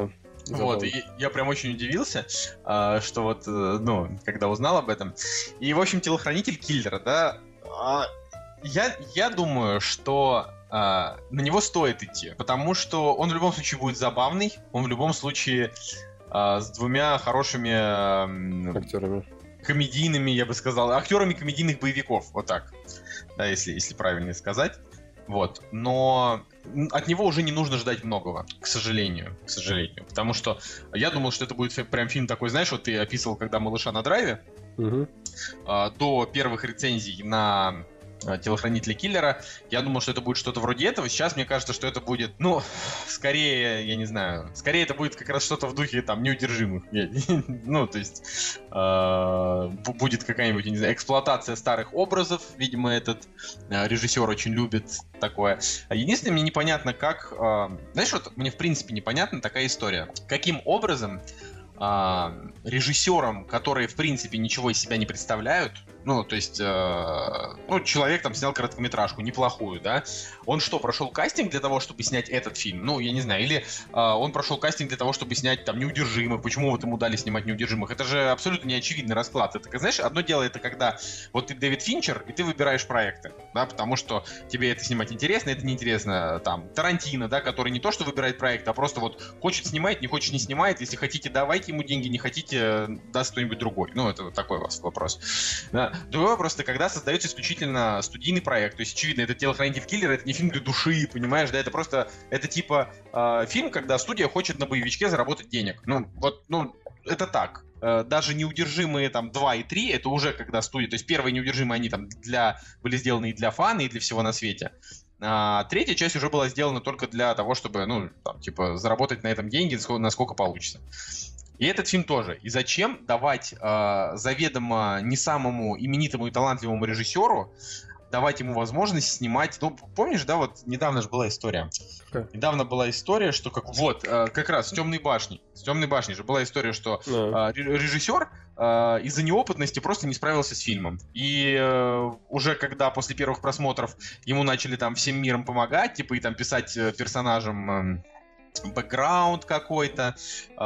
Вот, и я прям очень удивился, а, что вот, ну, когда узнал об этом. И, в общем, телохранитель киллера, да, а, я, я думаю, что а, на него стоит идти, потому что он в любом случае будет забавный, он в любом случае а, с двумя хорошими а, актерами. Комедийными, я бы сказал, актерами комедийных боевиков, вот так, да, если, если правильно сказать. Вот, но от него уже не нужно ждать многого, к сожалению, к сожалению, потому что я думал, что это будет прям фильм такой, знаешь, вот ты описывал, когда «Малыша на драйве», угу. а, до первых рецензий на телохранителя киллера, я думал, что это будет что-то вроде этого. Сейчас мне кажется, что это будет, ну, скорее, я не знаю, скорее это будет как раз что-то в духе, там, «Неудержимых». Ну, то есть, э, будет какая-нибудь, я не знаю, эксплуатация старых образов. Видимо, этот э, режиссер очень любит такое. Единственное, мне непонятно, как... Э, знаешь, вот мне, в принципе, непонятна такая история. Каким образом э, режиссерам, которые, в принципе, ничего из себя не представляют, ну, то есть, э, ну, человек там снял короткометражку, неплохую, да? Он что, прошел кастинг для того, чтобы снять этот фильм? Ну, я не знаю. Или э, он прошел кастинг для того, чтобы снять там «Неудержимых». Почему вот ему дали снимать «Неудержимых»? Это же абсолютно неочевидный расклад. Это, знаешь, одно дело это когда вот ты Дэвид Финчер, и ты выбираешь проекты, да, потому что тебе это снимать интересно, это неинтересно. Там, Тарантино, да, который не то, что выбирает проект, а просто вот хочет снимать, не хочет не снимает. Если хотите, давайте ему деньги, не хотите, даст кто-нибудь другой. Ну, это вот такой у вас вопрос. Да. Другой вопрос, это когда создается исключительно студийный проект. То есть, очевидно, это «Телохранитель киллера», это не фильм для души, понимаешь, да, это просто, это типа э, фильм, когда студия хочет на боевичке заработать денег. Ну, вот, ну, это так. Э, даже «Неудержимые» там два и три, это уже когда студия, то есть первые «Неудержимые», они там для, были сделаны и для фана, и для всего на свете. А третья часть уже была сделана только для того, чтобы, ну, там, типа, заработать на этом деньги, насколько получится. И этот фильм тоже. И зачем давать э, заведомо не самому именитому и талантливому режиссеру давать ему возможность снимать... Ну, помнишь, да, вот недавно же была история. Okay. Недавно была история, что как... Вот, э, как раз с «Темной башни». С «Темной башни» же была история, что no. э, режиссер э, из-за неопытности просто не справился с фильмом. И э, уже когда после первых просмотров ему начали там всем миром помогать, типа, и там писать э, персонажам... Э, бэкграунд какой-то.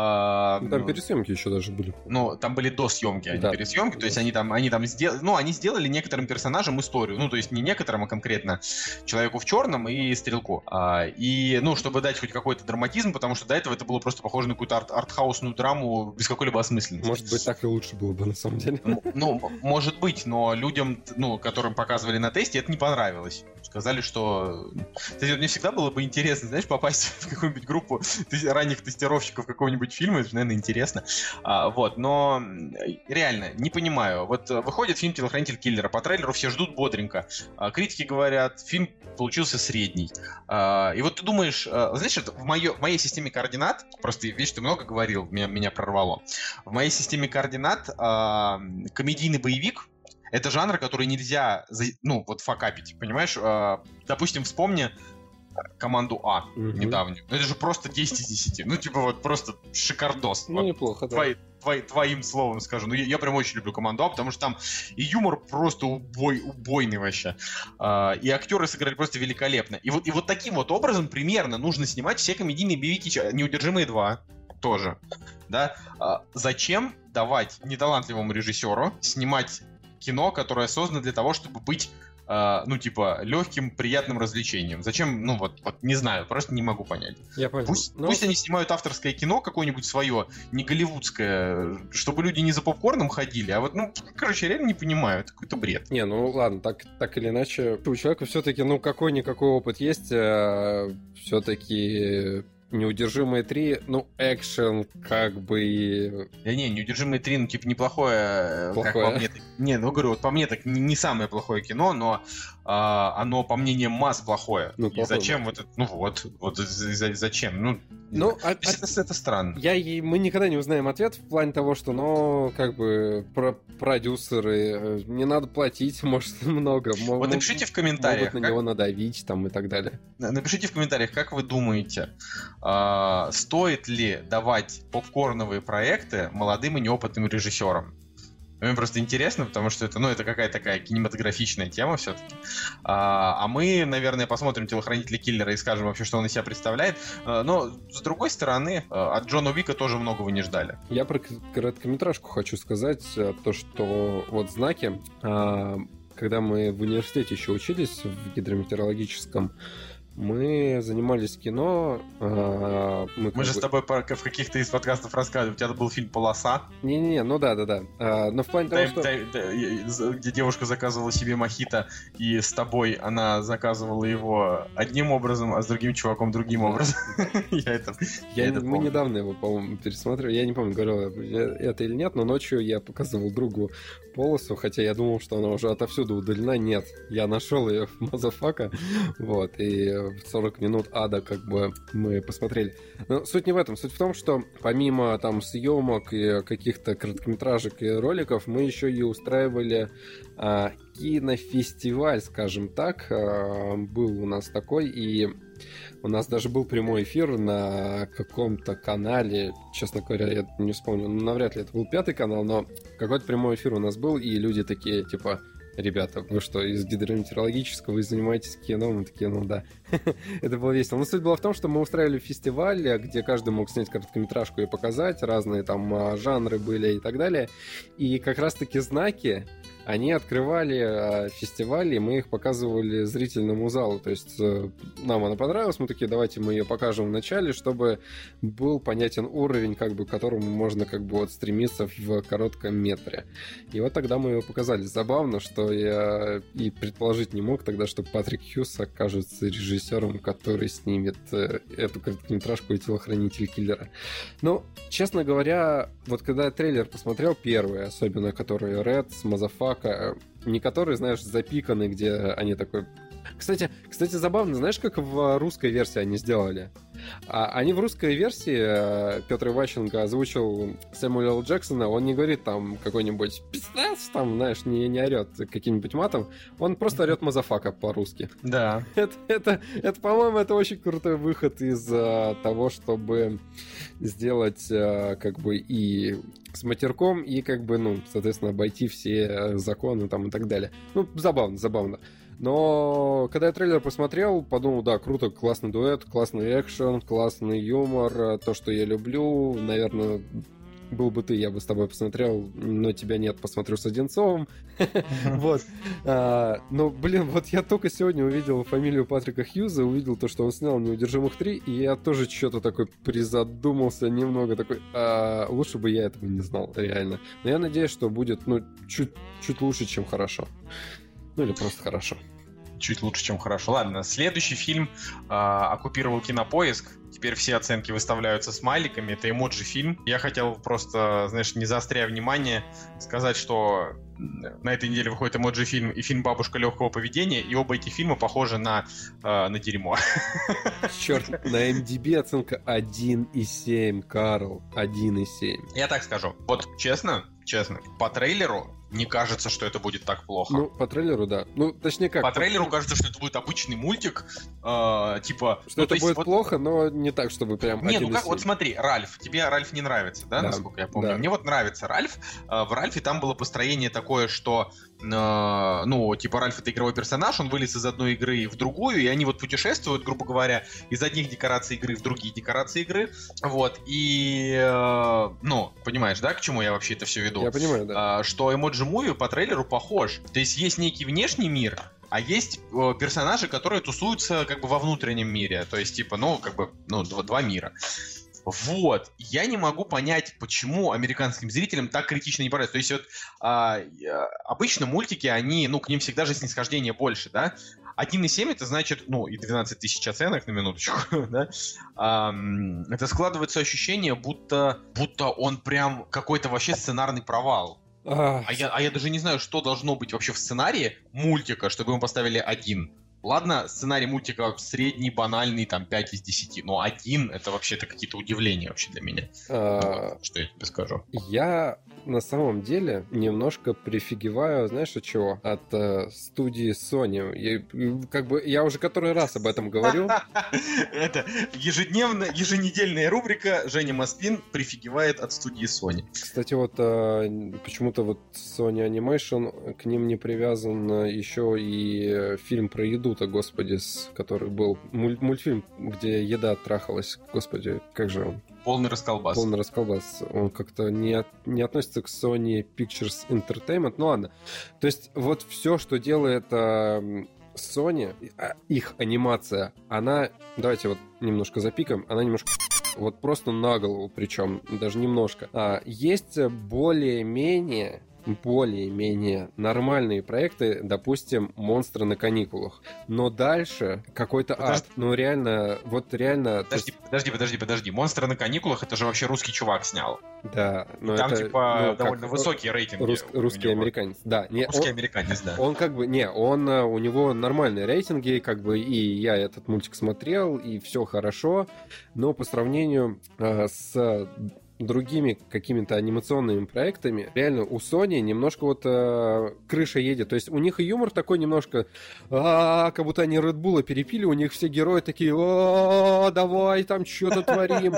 Э, ну, там пересъемки еще даже были. Ну, там были досъемки, а не да. пересъемки. То есть они там, они там сделали, ну, они сделали некоторым персонажам историю. Ну, то есть не некоторым, а конкретно Человеку в черном и Стрелку. А, и, ну, чтобы дать хоть какой-то драматизм, потому что до этого это было просто похоже на какую-то арт- артхаусную драму без какой-либо осмысленности. Может быть, так и лучше было бы, на самом деле. Ну, ну, может быть, но людям, ну, которым показывали на тесте, это не понравилось. Сказали, что... Кстати, мне всегда было бы интересно, знаешь, попасть в какую-нибудь группу ранних тестировщиков какого-нибудь фильма, это, наверное, интересно. А, вот, но реально, не понимаю. Вот выходит фильм «Телохранитель киллера», по трейлеру все ждут бодренько. А, критики говорят, фильм получился средний. А, и вот ты думаешь, а, знаешь, это в, моё, в моей системе координат, просто, видишь, ты много говорил, меня, меня прорвало. В моей системе координат а, комедийный боевик — это жанр, который нельзя, ну, вот факапить, понимаешь? Допустим, вспомни «Команду А» угу. недавнюю. Это же просто десять из десяти. Ну, типа, вот просто шикардос. Ну, вот, неплохо, да. Твои, твои, твоим словом скажу. Ну, я, я прям очень люблю «Команду А», потому что там и юмор просто убой, убойный вообще. И актеры сыграли просто великолепно. И вот, и вот таким вот образом примерно нужно снимать все комедийные боевики. «Неудержимые два» тоже. Да? Зачем давать неталантливому режиссеру снимать кино, которое создано для того, чтобы быть, э, ну, типа, легким, приятным развлечением. Зачем? Ну, вот, вот не знаю, просто не могу понять. Я понял. Пусть, Но... пусть они снимают авторское кино какое-нибудь свое, не голливудское, чтобы люди не за попкорном ходили, а вот, ну, короче, я реально не понимаю, это какой-то бред. Не, ну, ладно, так, так или иначе, у человека все-таки, ну, какой-никакой опыт есть, а все-таки... «Неудержимые три», ну, экшен, как бы... Да не, «Неудержимые три», ну, типа, неплохое, плохое. Как по мне. Не, ну, говорю, вот по мне так не, не самое плохое кино, но а, оно, по мнению масс, плохое. Ну, и зачем вот это? Ну, вот, вот зачем? Ну, ну а, это, а, это странно. Я, мы никогда не узнаем ответ в плане того, что, ну, как бы, про продюсеры, не надо платить, может, много. Вот м- напишите в комментариях. Могут на как... него надавить, там, и так далее. Напишите в комментариях, как вы думаете, Uh, стоит ли давать попкорновые проекты молодым и неопытным режиссерам? Мне просто интересно, потому что это, ну, это какая-то такая кинематографичная тема все-таки. А, а мы, наверное, посмотрим «Телохранителя Киллера» и скажем вообще, что он из себя представляет. А, но, с другой стороны, от Джона Уика тоже многого не ждали. Я про короткометражку хочу сказать, то, что вот «Знаки», когда мы в университете еще учились, в гидрометеорологическом, мы занимались кино. Мы, мы как же бы... с тобой в каких-то из подкастов рассказывали. У тебя был фильм «Полоса». Не-не-не, ну да-да-да. А, но в плане тайм, того, что... тайм, тайм, где девушка заказывала себе мохито, и с тобой она заказывала его одним образом, а с другим чуваком другим образом. Я это Мы недавно его, по-моему, пересмотрели. Я не помню, говорил это или нет, но ночью я показывал другу «Полосу», хотя я думал, что она уже отовсюду удалена. Нет, я нашел ее в Мазафака. Вот, и сорок минут ада как бы мы посмотрели. Но суть не в этом. Суть в том, что помимо там съемок и каких-то короткометражек и роликов, мы еще и устраивали а, кинофестиваль, скажем так. А, был у нас такой, и у нас даже был прямой эфир на каком-то канале, честно говоря, я не вспомню, ну, навряд ли это был пятый канал, но какой-то прямой эфир у нас был, и люди такие, типа... Ребята, вы что, из гидрометеорологического, вы занимаетесь кино? Мы такие, ну да. Это было весело. Но суть была в том, что мы устраивали фестиваль, где каждый мог снять короткометражку и показать. Разные там жанры были и так далее. И как раз-таки «Знаки», они открывали фестиваль, и мы их показывали зрительному залу. То есть нам она понравилась, мы такие, давайте мы ее покажем в начале, чтобы был понятен уровень, как бы, к которому можно как бы вот стремиться в коротком метре. И вот тогда мы ее показали. Забавно, что я и предположить не мог тогда, что Патрик Хьюз окажется режиссером, который снимет эту короткометражку и «Телохранитель Киллера». Ну, честно говоря, вот когда я трейлер посмотрел, первый, особенно который Red с Мазафака, не который, знаешь, запиканный, где они такой... Кстати, кстати, забавно, знаешь, как в русской версии они сделали? А, они в русской версии, Петр Иващенко озвучил Сэмюэля Л. Джексона, он не говорит там какой-нибудь пиздец, там, знаешь, не, не орет каким-нибудь матом, он просто орет «мазафака» по-русски. Да. Это, это, это, по-моему, это очень крутой выход из а, того, чтобы сделать а, как бы и с матерком, и как бы, ну, соответственно, обойти все законы там и так далее. Ну, забавно, забавно. Но когда я трейлер посмотрел, подумал, да, круто, классный дуэт, классный экшен, классный юмор, то, что я люблю. Наверное, был бы ты, я бы с тобой посмотрел, но тебя нет, посмотрю с Одинцовым. Вот. Но, блин, вот я только сегодня увидел фамилию Патрика Хьюза, увидел то, что он снял «Неудержимых три», и я тоже что-то такой призадумался немного, такой, лучше бы я этого не знал, реально. Но я надеюсь, что будет, ну, чуть лучше, чем хорошо. Ну или просто хорошо. Чуть лучше, чем хорошо. Ладно, следующий фильм э, оккупировал Кинопоиск. Теперь все оценки выставляются смайликами. Это эмоджи-фильм. Я хотел просто, знаешь, не заостряя внимание, сказать, что на этой неделе выходит эмоджи-фильм и фильм «Бабушка легкого поведения», и оба эти фильма похожи на, э, на дерьмо. Черт, на эм ди би оценка один и семь, Карл. один и семь. Я так скажу. Вот честно, честно, по трейлеру не кажется, что это будет так плохо. Ну, по трейлеру, да. Ну, точнее как. По трейлеру кажется, что это будет обычный мультик, э, типа... Что ну, это будет вот... плохо, но не так, чтобы прям... Не, ну как, вот смотри, Ральф. Тебе Ральф не нравится, да, да, насколько я помню? Да. Мне вот нравится Ральф. Э, в Ральфе там было построение такое, что, э, ну, типа, Ральф — это игровой персонаж, он вылез из одной игры в другую, и они вот путешествуют, грубо говоря, из одних декораций игры в другие декорации игры. Вот, и... Э, ну, понимаешь, да, к чему я вообще это все веду? Я понимаю, да. Э, что эмоджи-муви по трейлеру похож. То есть есть некий внешний мир, а есть э, персонажи, которые тусуются как бы во внутреннем мире. То есть, типа, ну, как бы, ну, два, два мира. Вот. Я не могу понять, почему американским зрителям так критично не понравится. То есть, вот, а, обычно мультики, они, ну, к ним всегда же снисхождение больше, да? один и семь это значит, ну, и двенадцать тысяч оценок на минуточку, да? А, это складывается ощущение, будто, будто он прям какой-то вообще сценарный провал. А я, а я даже не знаю, что должно быть вообще в сценарии мультика, чтобы ему поставили один. ладно, сценарий мультика средний, банальный, там, пять из десяти, но один, это вообще-то какие-то удивления вообще для меня. А, Вот, что я тебе скажу. Я на самом деле немножко прифигеваю, знаешь, от чего? От э, студии Sony. Я, как бы, я уже который раз об этом говорю. Это ежедневная, еженедельная рубрика «Женя Маспин прифигевает от студии Sony». Кстати, вот э, почему-то вот Sony Animation, к ним не привязан еще и фильм про еду-то, господи, с- который был. Муль- мультфильм, где еда трахалась. Господи, как же он? Полный расколбас. Полный расколбас. Он как-то не, от- не относится к Sony Pictures Entertainment. Ну ладно. То есть вот все, что делает э, Sony, а, их анимация, она... Давайте вот немножко запикаем. Она немножко... Вот просто на голову, причем даже немножко. А, есть более-менее более-менее нормальные проекты, допустим, «Монстры на каникулах». Но дальше какой-то ад. Подожди. Ну, реально, вот реально... то Подожди, есть- подожди, подожди, подожди. «Монстры на каникулах» — это же вообще русский чувак снял. Да, но Там, это, типа, ну, как довольно высокие рейтинги. рус- у русский него. американец. Да, не, Русский он, американец, да. он как бы, не, он, э, у него нормальные рейтинги, как бы, и я этот мультик смотрел, и все хорошо, но по сравнению э, с другими какими-то анимационными проектами, реально у Sony немножко вот э, крыша едет. То есть у них и юмор такой немножко, а, как будто они Red Bull перепили, у них все герои такие, о, давай там что-то творим.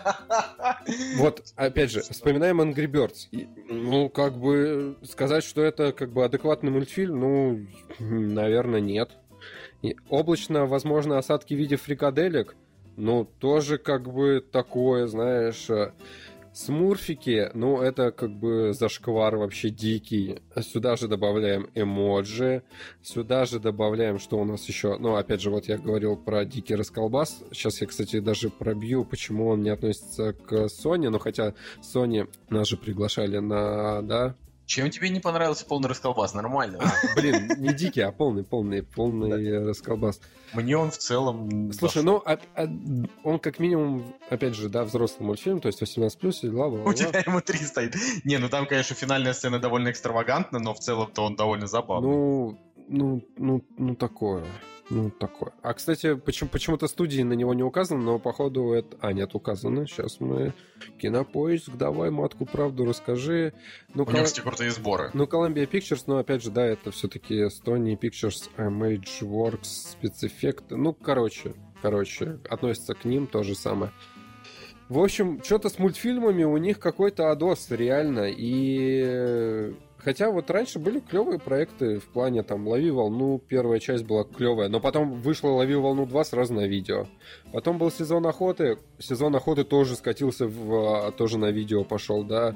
Вот, опять же, вспоминаем Angry Birds. И, ну, как бы сказать, что это как бы адекватный мультфильм, ну, наверное, нет. И облачно, возможно, осадки в виде фрикаделек, ну, тоже как бы такое, знаешь... э, Смурфики, ну, это как бы зашквар вообще дикий. Сюда же добавляем эмоджи, сюда же добавляем, что у нас еще... Ну, опять же, вот я говорил про дикий расколбас. Сейчас я, кстати, даже пробью, почему он не относится к Sony. Но хотя Sony нас же приглашали на... Да, Чем тебе не понравился полный расколбас? Нормально. блин, не дикий, а полный, полный, полный расколбас. Мне он в целом... Слушай, ну, а- а он как минимум, опять же, да, взрослый мультфильм, то есть восемнадцать плюс, и бла бла У тебя ему три стоит. Не, ну там, конечно, финальная сцена довольно экстравагантна, но в целом-то он довольно забавный. Ну, ну, ну, ну, такое. Ну, такое. А, кстати, почему, почему-то студии на него не указано, но, походу, это... А, нет, указано. Сейчас мы... Кинопоиск, давай, матку правду расскажи. Ну, У него, кстати, крутые сборы. Ну, Columbia Pictures, но, опять же, да, это все-таки Sony Pictures, Imageworks, спецэффекты. Ну, короче, короче, относится к ним то же самое. В общем, что-то с мультфильмами у них какой-то адос, реально. И... Хотя вот раньше были клевые проекты в плане там «Лови волну», первая часть была клевая, но потом вышло «Лови волну два» сразу на видео. Потом был «Сезон охоты», сезон охоты тоже скатился в... тоже на видео пошел, да.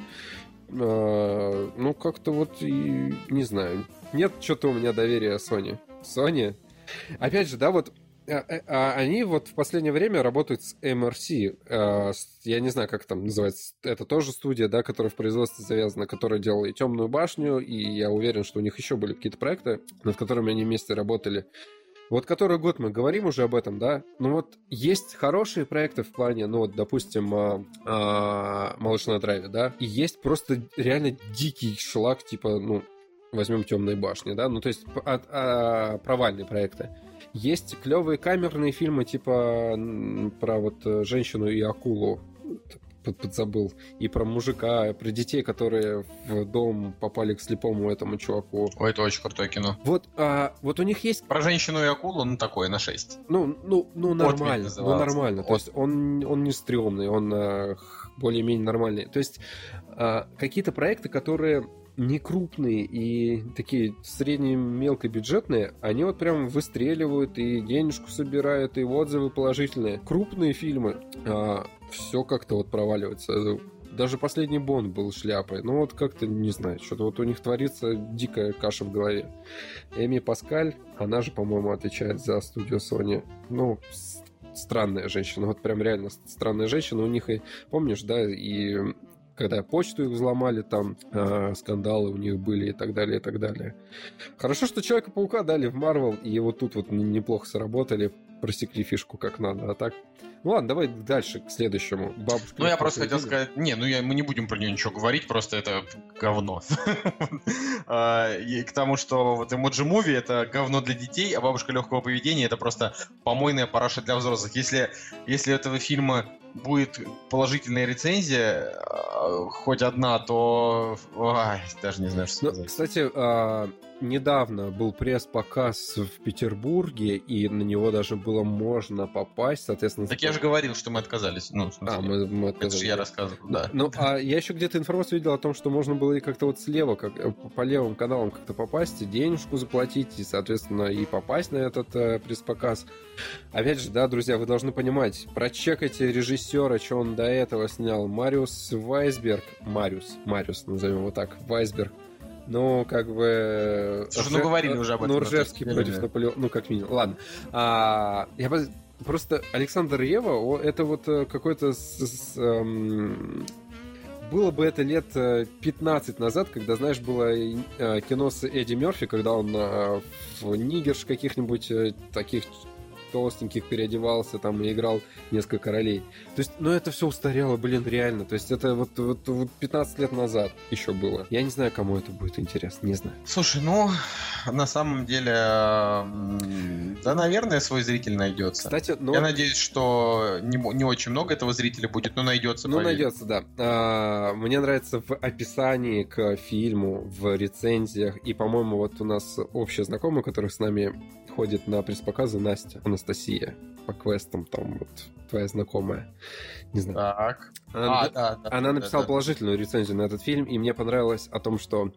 А, ну, как-то вот и не знаю. Нет что-то у меня доверия Sony. Sony? Опять же, да, вот а, а, они вот в последнее время работают с эм эр си. А, с- я не знаю, как там называется. Это тоже студия, да, которая в производстве завязана, которая делала и «Темную башню», и я уверен, что у них еще были какие-то проекты, над которыми они вместе работали. Вот который год мы говорим уже об этом, да? Ну вот есть хорошие проекты в плане, ну вот, допустим, а, а, «Малыш на драйве», да? И есть просто реально дикий шлак, типа, ну, возьмем «Темные башни», да? Ну то есть п- а- а, провальные проекты. Есть клевые камерные фильмы, типа м, про вот э, женщину и акулу. Под- подзабыл. И про мужика, про детей, которые в дом попали к слепому этому чуваку. Ой, это очень крутое кино. Вот, а, вот у них есть, Про женщину и акулу, ну, такое, на шесть. ну, ну, ну Отмель нормально, ну назывался. нормально. То есть он, он не стрёмный, он а, х- более-менее нормальный. То есть а, какие-то проекты, которые не крупные и такие средние мелкобюджетные, они вот прям выстреливают и денежку собирают, и отзывы положительные. Крупные фильмы, все как-то вот проваливается. Даже последний Бонд был шляпой. Ну вот как-то, не знаю, что-то вот у них творится дикая каша в голове. Эми Паскаль, она же, по-моему, отвечает за студию Sony. Ну, с- странная женщина. Вот прям реально с- странная женщина. У них и, помнишь, да, и когда почту их взломали, там э, скандалы у них были и так далее, и так далее. Хорошо, что Человека-паука дали в Марвел, и вот тут вот неплохо сработали, просекли фишку как надо, а так... Ну ладно, давай дальше, к следующему. Бабушка. Ну, я просто хотел сказать... Не, ну я, мы не будем про нее ничего говорить, просто это говно. И к тому, что вот Emoji Movie — это говно для детей, а Бабушка легкого поведения — это просто помойная параша для взрослых. Если, если этого фильма будет положительная рецензия, хоть одна, то... Ой, даже не знаю, что сказать. Ну, кстати, недавно был пресс-показ в Петербурге, и на него даже было можно попасть, соответственно... Так я же говорил, что мы отказались. Ну, в смысле, а, мы, мы отказались. Это же я рассказывал, да. Ну, а я еще где-то информацию видел о том, что можно было и как-то вот слева, как по левым каналам как-то попасть, и денежку заплатить, и, соответственно, и попасть на этот э, пресс-показ. Опять же, да, друзья, вы должны понимать, прочекайте режиссера, что он до этого снял. Мариус Вайсберг. Мариус, Мариус, назовем его так, Вайсберг. Ну, как бы... Слушай, ну говорили уже об этом. Ну, Ржевский против да. Наполеона. Ну, как минимум. Ладно. А, я просто... Александр Ревва, это вот какой-то... С, с, эм... Было бы это лет пятнадцать назад, когда, знаешь, было кино с Эдди Мерфи, когда он в нигерш каких-нибудь таких... толстеньких переодевался там и играл несколько ролей. То есть, ну это все устарело, блин, реально. То есть это вот, вот, вот пятнадцать лет назад еще было. Я не знаю, кому это будет интересно, не знаю. Слушай, ну, на самом деле, да, наверное, свой зритель найдется. Кстати, ну... Я надеюсь, что не, не очень много этого зрителя будет, но найдется. Ну, поверь. Найдется, да. А, мне нравится в описании к фильму, в рецензиях, и, по-моему, вот у нас общая знакомая, которая с нами ходит на пресс-показы, Настя, Анастасия, по квестам, там вот твоя знакомая. Не знаю. Так. Она, а, да, да, она да, написала да, положительную рецензию на этот фильм, и мне понравилось о том, что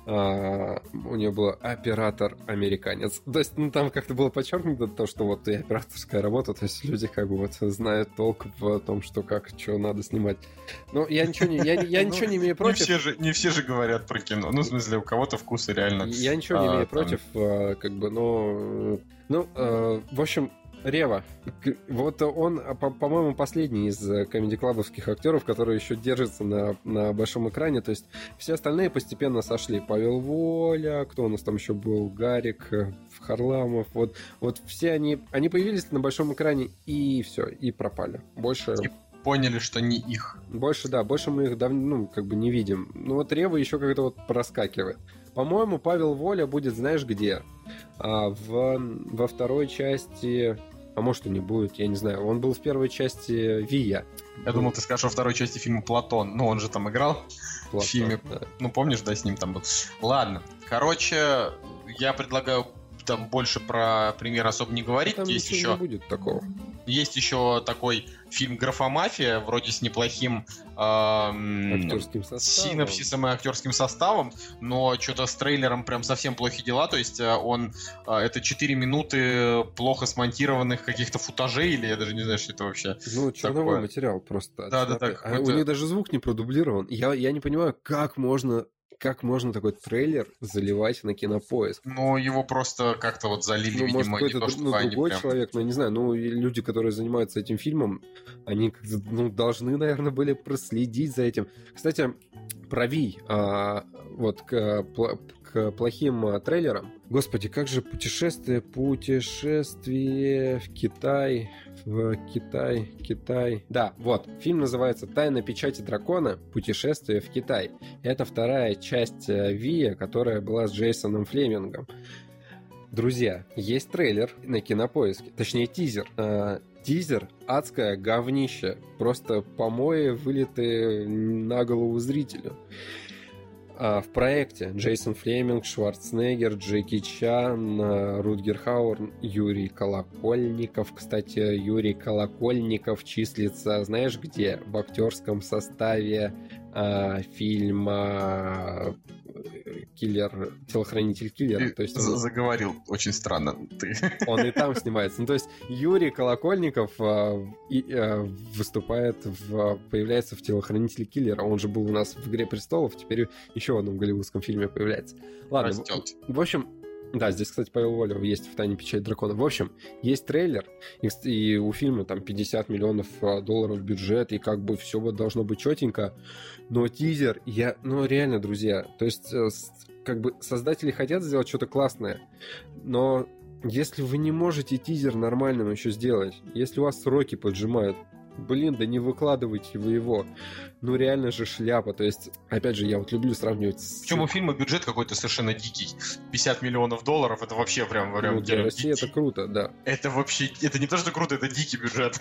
а, у нее был оператор-американец. То есть, ну, там как-то было подчеркнуто то, что вот и операторская работа, то есть люди как бы вот знают толк в том, что как, что надо снимать. Но я ничего не, я, я ничего не имею против. Не все, же, не все же говорят про кино. Ну, в смысле, у кого-то вкусы реально. Я ничего не имею против, как бы, но... Ну, в общем... Ревва. Вот он, по-моему, последний из комеди-клабовских актеров, который еще держится на, на большом экране. То есть все остальные постепенно сошли. Павел Воля, кто у нас там еще был? Гарик, Харламов. Вот, вот все они, они появились на большом экране и все, и пропали. Больше... И поняли, что не их. Больше, да, больше мы их давно, ну, как бы не видим. Ну вот Ревва еще как-то вот проскакивает. По-моему, Павел Воля будет, знаешь, где? А, в, во второй части... А может и не будет, я не знаю. Он был в первой части Вия. Я думал, ты скажешь во второй части фильма «Платон». Ну, он же там играл Платон, в фильме. Да. Ну, помнишь, да, с ним там был. Ладно. Короче, я предлагаю там больше про премьер особо не говорить. Там есть еще... не будет такого. Есть еще такой фильм «Графомафия», вроде с неплохим эм, актерским составом. синопсисом и актерским составом, но что-то с трейлером прям совсем плохие дела. То есть он э, это четыре минуты плохо смонтированных каких-то футажей, или я даже не знаю, что это вообще. Ну, черновой такое. Материал просто. Да, да, да. А у них даже звук не продублирован. Я, я не понимаю, как можно... Как можно такой трейлер заливать на Кинопоиск? Ну, его просто как-то вот залили, ну, видимо, может, не то, что ну, они другой прям... человек, ну, не знаю, ну, люди, которые занимаются этим фильмом, они, ну, должны, наверное, были проследить за этим. Кстати, про Вий, а, вот, к, к плохим трейлерам. Господи, как же путешествие, путешествие в Китай... В Китай, Китай... Да, вот, фильм называется «Тайна печати дракона. Путешествие в Китай». Это вторая часть Вия, которая была с Джейсоном Флемингом. Друзья, есть трейлер на Кинопоиске, точнее тизер. А, тизер — адское говнище. Просто помои, вылитые на голову зрителю. В проекте Джейсон Флеминг, Шварценеггер, Джеки Чан, Рутгер Хауэр, Юрий Колокольников. Кстати, Юрий Колокольников числится, знаешь где? В актерском составе а, фильма «Киллер», «Телохранитель киллера». То есть он... Заговорил очень странно. Ты. Он и там снимается. Ну, то есть Юрий Колокольников а, и, а, выступает, в, появляется в «Телохранителе киллера». Он же был у нас в «Игре престолов», теперь еще в одном голливудском фильме появляется. Ладно, в, в общем, Да, здесь, кстати, Павел Воля есть в «Тайне печати дракона». В общем, есть трейлер, и, и у фильма там пятьдесят миллионов долларов бюджет, и как бы все вот должно быть четенько. Но тизер, я... Ну, реально, друзья, то есть, как бы создатели хотят сделать что-то классное, но если вы не можете тизер нормальным еще сделать, если у вас сроки поджимают, блин, да не выкладывайте вы его. Ну, реально же шляпа. То есть, опять же, я вот люблю сравнивать с... Причем у фильма бюджет какой-то совершенно дикий. пятьдесят миллионов долларов, это вообще прям... прям ну, для России это круто, да. Это вообще... Это не то, что круто, это дикий бюджет.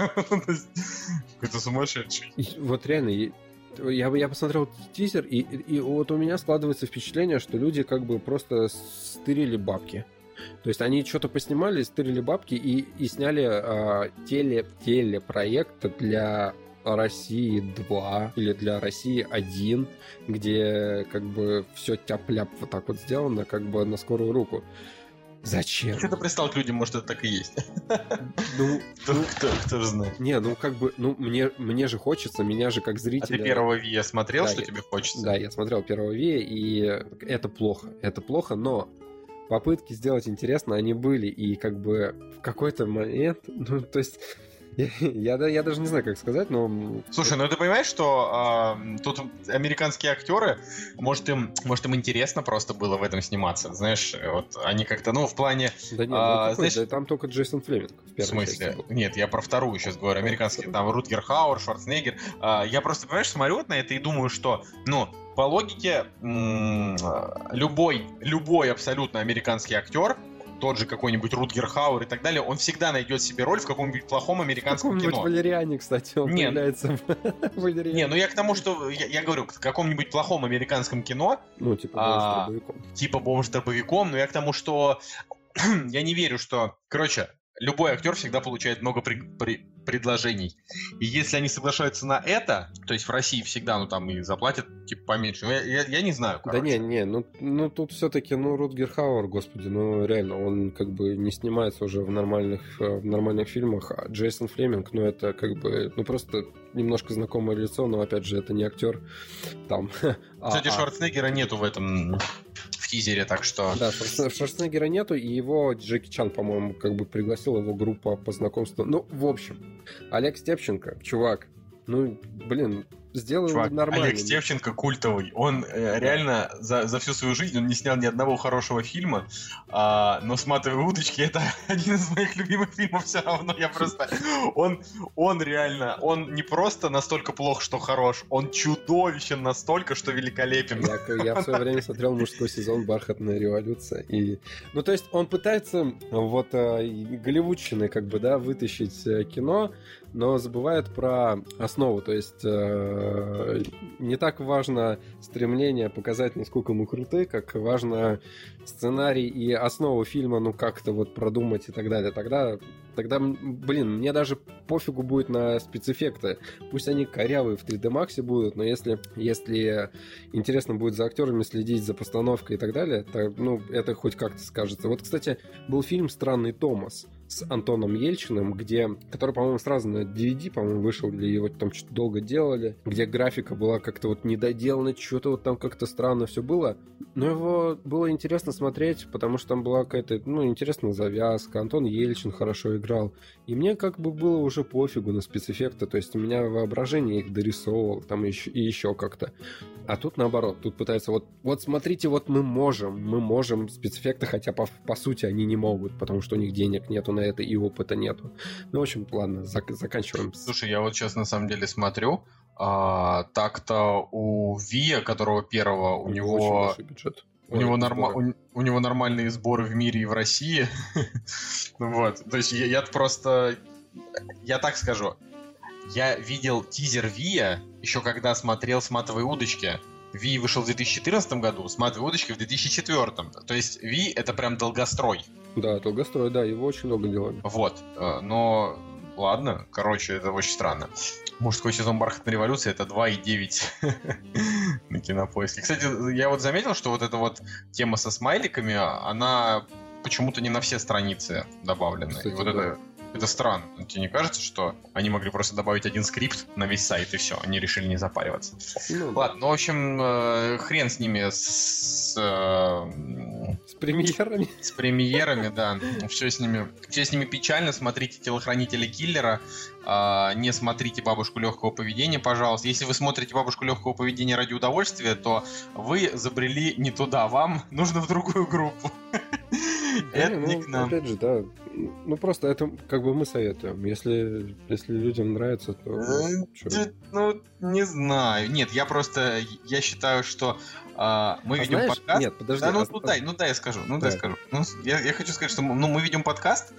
Какой-то сумасшедший. Вот реально... Я, я посмотрел тизер, и, и вот у меня складывается впечатление, что люди как бы просто стырили бабки. То есть они что-то поснимали, стырили бабки и, и сняли а, теле, телепроект для России два или для России один, где как бы все тяп-ляп вот так вот сделано, как бы на скорую руку. Зачем? Что-то пристал к людям, может, это так и есть. Ну, кто, ну, кто, кто же знает. Не, ну как бы, ну мне, мне же хочется, меня же как зрителя... А ты первого Вия смотрел, да, что я, тебе хочется? Да, я смотрел первого Вия, и это плохо. Это плохо, но попытки сделать интересно, они были, и как бы в какой-то момент, ну, то есть, я, я, я даже не знаю, как сказать, но... Слушай, ну ты понимаешь, что э, тут американские актеры, может им, может им интересно просто было в этом сниматься, знаешь, вот они как-то, ну, в плане... Да нет, ну, а, какой, знаешь, да, там только Джейсон Флеминг в первой в смысле? части был. Нет, я про вторую сейчас говорю, американские, там Рутгер Хауэр, Шварценеггер. А, я просто, понимаешь, смотрю вот на это и думаю, что, ну, по логике, м- любой, любой абсолютно американский актер, тот же какой-нибудь Рутгер Хауэр и так далее, он всегда найдет себе роль в каком-нибудь плохом американском в каком-нибудь кино. Валериане, кстати, он Нет. появляется в Валериане. Не, ну я к тому, что, я, я говорю, в каком-нибудь плохом американском кино, Ну, типа а, бомж-дробовиком. типа бомж-дробовиком, но я к тому, что я не верю, что... Короче, любой актер всегда получает много при, при, предложений. И если они соглашаются на это, то есть в России всегда, ну там и заплатят типа поменьше. Я, я, я не знаю, короче. Да не, не, ну, ну тут все-таки, ну, Рутгер Хауэр, господи, ну реально, он как бы не снимается уже в нормальных, в нормальных фильмах, а Джейсон Флеминг, ну это как бы, ну просто немножко знакомое лицо, но опять же, это не актер там. Кстати, а, Шварценеггера нету в этом... в тизере, так что... Да, Шварценеггера нету, и его Джеки Чан, по-моему, как бы пригласил его группа по знакомству. Ну, в общем, Олег Степченко, чувак, ну, блин, сделал Чувак, нормально. Олег Степченко культовый. Он э, реально за, за всю свою жизнь он не снял ни одного хорошего фильма, а, но «Сматывай удочки» — это один из моих любимых фильмов все равно. Я просто... Он, он реально... Он не просто настолько плох, что хорош, он чудовищен настолько, что великолепен. Я, я в свое время смотрел мужской сезон «Бархатная революция». И... Ну, то есть он пытается вот голливудщины как бы, да, вытащить кино, но забывает про основу. То есть э, не так важно стремление показать, насколько мы круты, как важно сценарий и основу фильма, ну, как-то вот продумать и так далее. Тогда, тогда, блин, мне даже пофигу будет на спецэффекты. Пусть они корявые в три дэ Max будут, но если, если интересно будет за актерами следить, за постановкой и так далее, то, ну, это хоть как-то скажется. Вот, кстати, был фильм «Странный Томас» с Антоном Ельчиным, где, который, по-моему, сразу на ди ви ди, по-моему, вышел, или его там что-то долго делали, где графика была как-то вот недоделана, что-то вот там как-то странно все было. Но его было интересно смотреть, потому что там была какая-то, ну, интересная завязка, Антон Ельчин хорошо играл. И мне как бы было уже пофигу на спецэффекты, то есть у меня воображение их дорисовывало там еще, и еще как-то. А тут наоборот, тут пытаются вот, вот смотрите, вот мы можем, мы можем спецэффекты, хотя по, по сути они не могут, потому что у них денег нету на это и опыта нету. Ну, в общем, ладно, зак- заканчиваем. Слушай, я вот сейчас на самом деле смотрю, а, так-то у Вия, которого первого, у, у него... Очень большой бюджет. У, Ой, него норма... у, у него нормальные сборы в мире и в России. Вот, то есть я, я просто... Я так скажу. Я видел тизер Вия еще когда смотрел «Сматывай удочки». Ви вышел в две тысячи четырнадцатом году, «Сматывай удочки» в две тысячи четвёртом. То есть Ви — это прям долгострой. Да, долгострой, да, его очень много делали. Вот, но... Ладно, короче, это очень странно. Мужской сезон «Бархатной революции» — это два и девять на Кинопоиске. Кстати, я вот заметил, что вот эта вот тема со смайликами, она почему-то не на все страницы добавлена. Кстати, и вот да. это, это странно. Тебе не кажется, что они могли просто добавить один скрипт на весь сайт и все? Они решили не запариваться. Ну, ладно, ну, в общем, хрен с ними, с, с премьерами. С премьерами, да. Все с ними, все с ними печально. Смотрите «Телохранителя киллера». А, не смотрите «Бабушку легкого поведения», пожалуйста. Если вы смотрите «Бабушку легкого поведения» ради удовольствия, то вы забрели не туда. Вам нужно в другую группу. Это не к нам. Опять же, да. Ну, просто это как бы мы советуем. Если, если людям нравится, то... Ну, не знаю. Нет, я просто... Я считаю, что а, мы а ведем знаешь? подкаст... Нет, подожди. Да, ну, а... ну, дай, ну, дай я скажу. Ну, дай я скажу. Ну, я, я хочу сказать, что ну, мы ведем подкаст...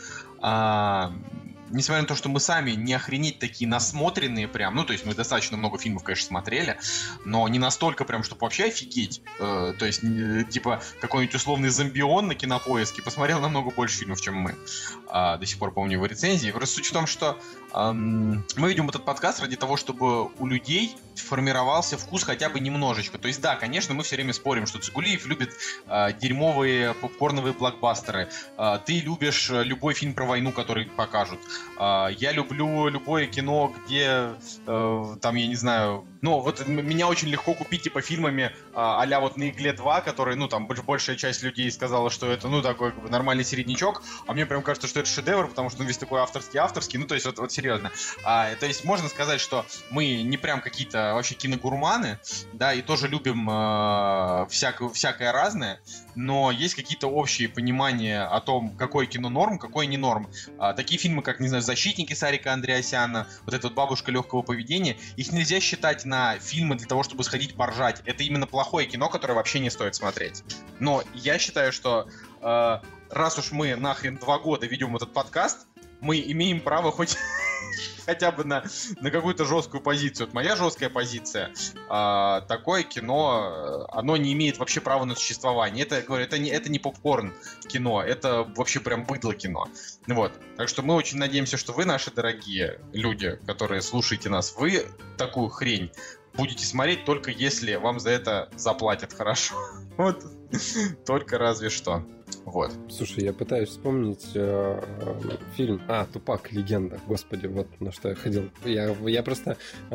А, несмотря на то, что мы сами не охренеть такие насмотренные прям, ну, то есть мы достаточно много фильмов, конечно, смотрели, но не настолько прям, чтобы вообще офигеть. Э, то есть, э, типа, какой-нибудь условный зомбион на Кинопоиске посмотрел намного больше фильмов, чем мы. Э, до сих пор помню его рецензии. Просто суть в том, что э, мы ведем этот подкаст ради того, чтобы у людей формировался вкус хотя бы немножечко. То есть, да, конечно, мы все время спорим, что Цигулиев любит э, дерьмовые попкорновые блокбастеры. Э, ты любишь любой фильм про войну, который покажут. Я люблю любое кино, где э, там, я не знаю, ну, вот меня очень легко купить, типа, фильмами а-ля вот «На игле два», которые, ну, там, большая часть людей сказала, что это, ну, такой как бы нормальный середнячок, а мне прям кажется, что это шедевр, потому что он весь такой авторский-авторский, ну, то есть, вот, вот серьезно. А, то есть, можно сказать, что мы не прям какие-то вообще киногурманы, да, и тоже любим э, всякое, всякое разное, но есть какие-то общие понимания о том, какое кино норм, какое не норм. А, такие фильмы, как, не знаю, «Защитники» Сарика Андреасяна, вот эта вот «Бабушка легкого поведения», их нельзя считать на фильмы для того, чтобы сходить поржать. Это именно плохое кино, которое вообще не стоит смотреть. Но я считаю, что э, раз уж мы нахрен два года ведем этот подкаст, мы имеем право хоть хотя бы на, на какую-то жесткую позицию. Вот моя жесткая позиция. А, такое кино, оно не имеет вообще права на существование. Это, говорю, это не, это не попкорн кино, это вообще прям быдло кино. Вот. Так что мы очень надеемся, что вы, наши дорогие люди, которые слушаете нас, вы такую хрень будете смотреть только если вам за это заплатят хорошо. Вот. Только разве что. Вот. Слушай, я пытаюсь вспомнить э, фильм. А, «Тупак. Легенда». Господи, вот на что я ходил. Я, я просто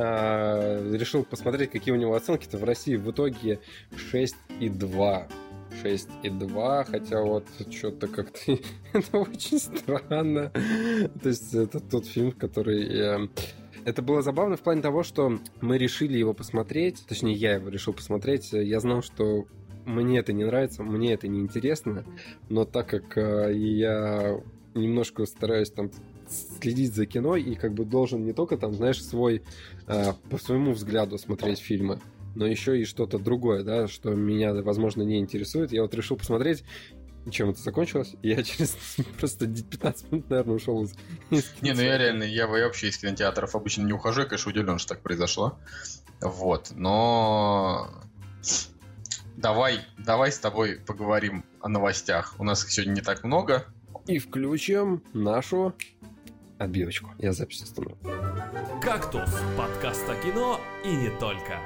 э, решил посмотреть, какие у него оценки-то в России. В итоге шесть и два. шесть и два, хотя вот что-то как-то это очень странно. То есть это тот фильм, который... Э, Это было забавно в плане того, что мы решили его посмотреть, точнее, я его решил посмотреть. Я знал, что мне это не нравится, мне это не интересно, но так как э, я немножко стараюсь там следить за кино и как бы должен не только там, знаешь, свой, э, по своему взгляду смотреть фильмы, но еще и что-то другое, да, что меня, возможно, не интересует. Я вот решил посмотреть. Чем это закончилось? Я через просто пятнадцать минут, наверное, ушел из, из Не, ну я реально, я вообще из кинотеатров обычно не ухожу, я, конечно, удивлен, что так произошло. Вот, но... Давай, давай с тобой поговорим о новостях. У нас их сегодня не так много. И включим нашу отбивочку. Я запись остановлю. «Кактус» — подкаст о кино и не только.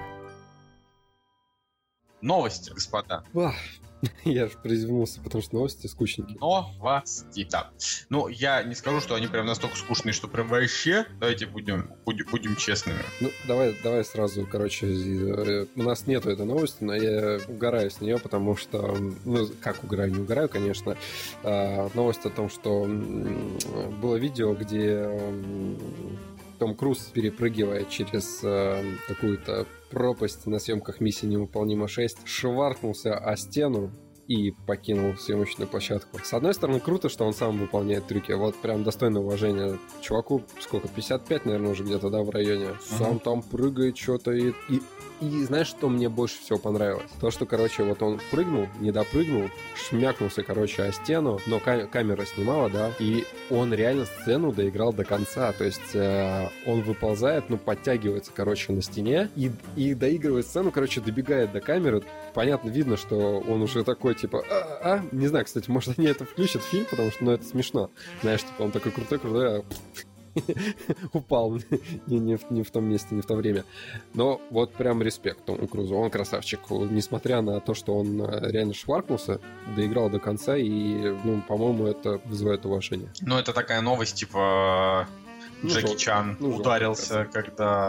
Новости, господа. Ах, я же приземлился, потому что новости скучненькие. Новости, да. Ну, я не скажу, что они прям настолько скучные, что прям вообще. Давайте будем, будем, будем честными. Ну, давай, давай сразу, короче, у нас нету этой новости, но я угораю с нее, потому что, ну, как угораю, не угораю, конечно. А, новость о том, что было видео, где Том Круз, перепрыгивая через э, какую-то пропасть на съемках «Миссии невыполнима шесть», шваркнулся о стену и покинул съемочную площадку. С одной стороны, круто, что он сам выполняет трюки. Вот прям достойное уважение. Чуваку, сколько, пятьдесят пять, наверное, уже где-то, да, в районе. Сам uh-huh. там прыгает что-то и... и... И знаешь, что мне больше всего понравилось? То, что, короче, вот он прыгнул, не допрыгнул, шмякнулся, короче, о стену, но кам- камера снимала, да, и он реально сцену доиграл до конца. То есть э, он выползает, ну, подтягивается, короче, на стене и, и доигрывает сцену, короче, добегает до камеры. Понятно, видно, что он уже такой, типа, а-а-а. Не знаю, кстати, может, они это включат в фильм, потому что, ну, это смешно. Знаешь, типа, он такой крутой-крутой, а... упал не, не, в, не в том месте, не в то время. Но вот прям респект Тому Крузу. Он красавчик. Несмотря на то, что он реально шваркнулся, доиграл до конца, и, ну, по-моему, это вызывает уважение. Ну, это такая новость, типа... Ну, Джеки жестко. Чан ну, ударился, жестко, когда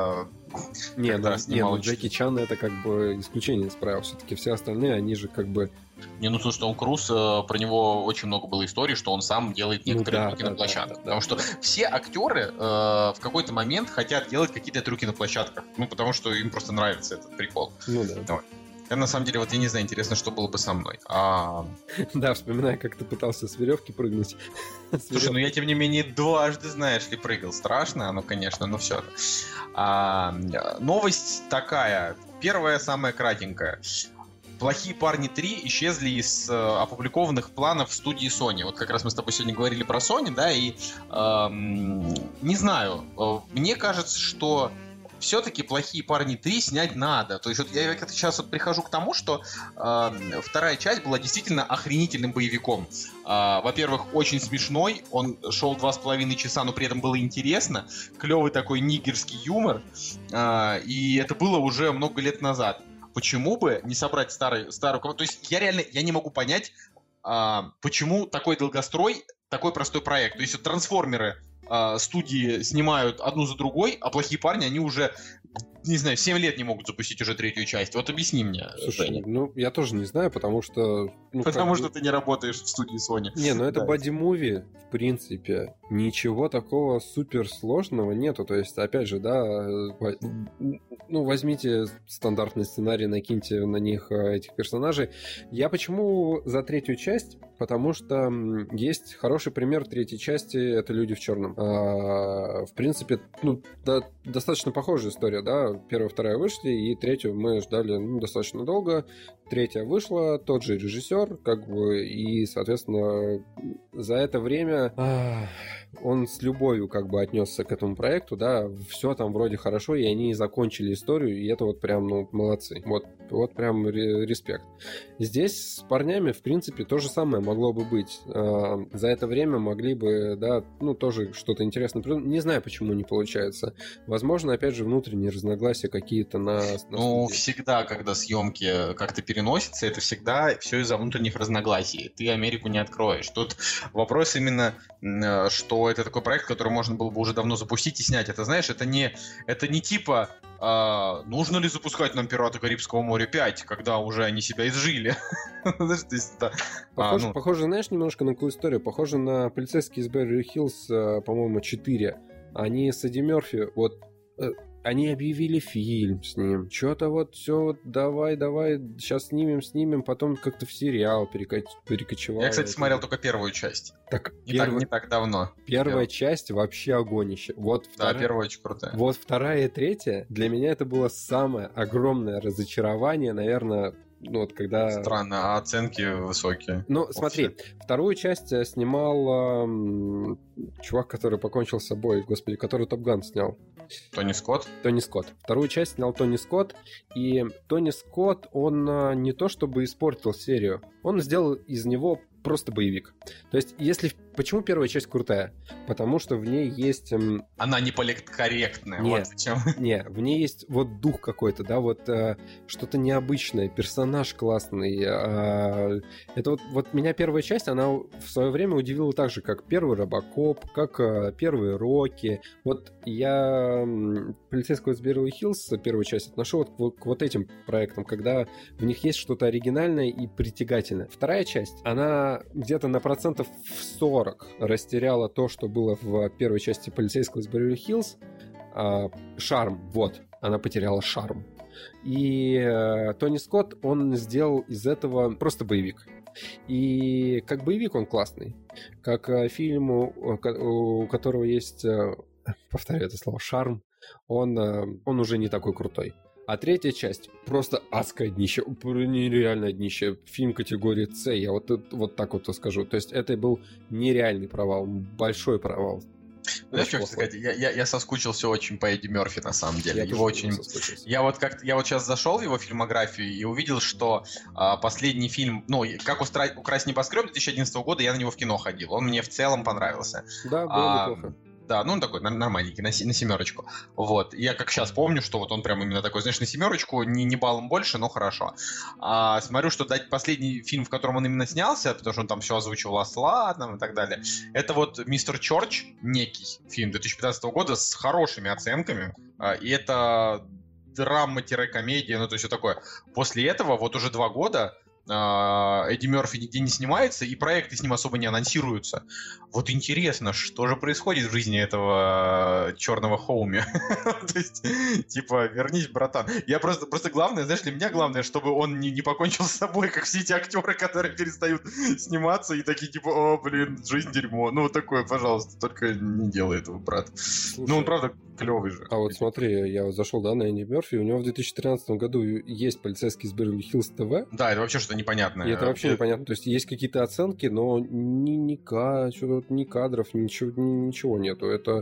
Не, ну, не, ну Джеки Чан это как бы исключение из правил. Все-таки все остальные, они же как бы... Не, ну слушай, Том Круз, про него очень много было историй, что он сам делает некоторые ну, да, трюки да, на площадках. Да, да, потому да, что да. все актеры э, в какой-то момент хотят делать какие-то трюки на площадках. Ну, потому что им просто нравится этот прикол. Ну да. Давай. Я, на самом деле, вот я не знаю, интересно, что было бы со мной. А... Да, вспоминаю, как ты пытался с веревки прыгнуть. Слушай, ну я, тем не менее, дважды, знаешь ли, прыгал. Страшно, ну, конечно, но все же. А, новость такая. Первая, самая кратенькая. «Плохие парни три» исчезли из э, опубликованных планов студии Sony. Вот как раз мы с тобой сегодня говорили про Sony, да, и э, не знаю, э, мне кажется, что все-таки «Плохие парни три» снять надо. То есть вот я сейчас вот прихожу к тому, что э, вторая часть была действительно охренительным боевиком. Э, во-первых, очень смешной, он шел два с половиной часа, но при этом было интересно. Клевый такой нигерский юмор. Э, и это было уже много лет назад. Почему бы не собрать старый, старую команду? То есть я реально я не могу понять, а, почему такой долгострой, такой простой проект. То есть вот трансформеры а, студии снимают одну за другой, а «Плохие парни», они уже, не знаю, семь лет не могут запустить уже третью часть. Вот объясни мне, Слушай, Женя. ну я тоже не знаю, потому что... Ну, потому что бы... ты не работаешь в студии Sony. Не, ну это боди-муви, в принципе. Ничего такого суперсложного нету. То есть, опять же, да, ну возьмите стандартный сценарий, накиньте на них этих персонажей. Я почему за третью часть? Потому что есть хороший пример третьей части, это «Люди в черном». А, в принципе, ну, да, достаточно похожая история, да. Первая, вторая вышли, и третью мы ждали ну, достаточно долго. Третья вышла, тот же режиссер, как бы, и, соответственно, за это время а, он с любовью как бы отнесся к этому проекту, да, все там вроде хорошо, и они закончили историю, и это вот прям, ну, молодцы. Вот, вот прям респект. Здесь с парнями, в принципе, то же самое могло бы быть. А, за это время могли бы, да, ну, тоже что-то интересное. Не знаю, почему не получается. Возможно, опять же, внутренние разногласия какие-то на... на ну, студии. Всегда, когда съемки как-то переносятся, это всегда все из-за внутренних разногласий. Ты Америку не откроешь. Тут вопрос именно, что это такой проект, который можно было бы уже давно запустить и снять. Это, знаешь, это не, это не типа а, нужно ли запускать нам «Пираты Карибского моря пять», когда уже они себя изжили. Похоже, похоже, знаешь, немножко на какую историю? Похоже на «Полицейский из Беверли-Хиллз», по-моему, четыре. Они с Эдди Мерфи, вот... Они объявили фильм с ним. Что-то вот все, вот, давай, давай, сейчас снимем, снимем, потом как-то в сериал перекач... перекочевал. Я, кстати, смотрел только первую часть. Так, не, перв... так, не так давно. Первая Первый. часть вообще огонище. Вот вторая... Да, первая очень крутая. Вот вторая и третья, для меня это было самое огромное разочарование, наверное... Ну, вот когда... Странно, а оценки высокие. Ну, смотри, вторую часть снимал э, чувак, который покончил с собой, господи, который Топ Ган снял. Тони Скотт? Тони Скотт. Вторую часть снял Тони Скотт, и Тони Скотт, он э, не то чтобы испортил серию, он сделал из него просто боевик. То есть, если... Почему первая часть крутая? Потому что в ней есть... Эм... Она не политкорректная. Нет, вот в чем. Не, в ней есть вот дух какой-то, да, вот э, что-то необычное, персонаж классный. Э, это вот, вот меня первая часть, она в свое время удивила так же, как первый Робокоп, как э, первые Рокки. Вот я э, «Полицейского из Беверли-Хиллз» первую часть отношу вот к, к вот этим проектам, когда в них есть что-то оригинальное и притягательное. Вторая часть, она где-то на процентов в сорок растеряла то, что было в первой части «Полицейского из Беверли-Хиллз». А, шарм, вот, она потеряла шарм. И э, Тони Скотт, он сделал из этого просто боевик. И как боевик он классный. Как э, фильм, у, у которого есть, э, повторяю это слово, шарм, он, э, он уже не такой крутой. А третья часть просто адское днище, нереальное днище. Фильм категории С, я вот, вот так вот скажу. То есть это был нереальный провал, большой провал. Знаешь, что сказать? Я, я, я соскучился очень по Эдди Мерфи, на самом деле. Я его очень... Я вот как я вот сейчас зашел в его фильмографию и увидел, что а, последний фильм, ну, как «Украсть небоскреб» две тысячи одиннадцатого года, я на него в кино ходил. Он мне в целом понравился. Да, было а, неплохо. Да, ну он такой нормальненький, на, на семерочку. Вот. Я как сейчас помню, что вот он прям именно такой, знаешь, на семерочку, не, не баллом больше, но хорошо. А, смотрю, что дать последний фильм, в котором он именно снялся, потому что он там все озвучивал осла там, и так далее, это вот «Мистер Чорч», некий фильм две тысячи пятнадцатого года с хорошими оценками. А, и это драма-комедия, ну то есть все такое. После этого вот уже два года Эдди Мерфи нигде не снимается, и проекты с ним особо не анонсируются. Вот интересно, что же происходит в жизни этого черного Хоуми? То есть, типа, вернись, братан. Я просто, просто главное, знаешь, для меня главное, чтобы он не, не покончил с собой, как все эти актеры, которые перестают сниматься и такие, типа, о, блин, жизнь дерьмо. Ну, вот такое, пожалуйста, только не делай этого, брат. Слушай, ну, он, правда, клевый же. А вот смотри, я зашел, да, на Эдди Мерфи, у него в две тысячи тринадцатом году есть «Полицейский из Беверли-Хиллз ТВ». Да, это вообще что-то непонятное. И это вообще непонятно. То есть есть какие-то оценки, но ни, ни, ка, ни кадров, ничего, ничего нету. Это,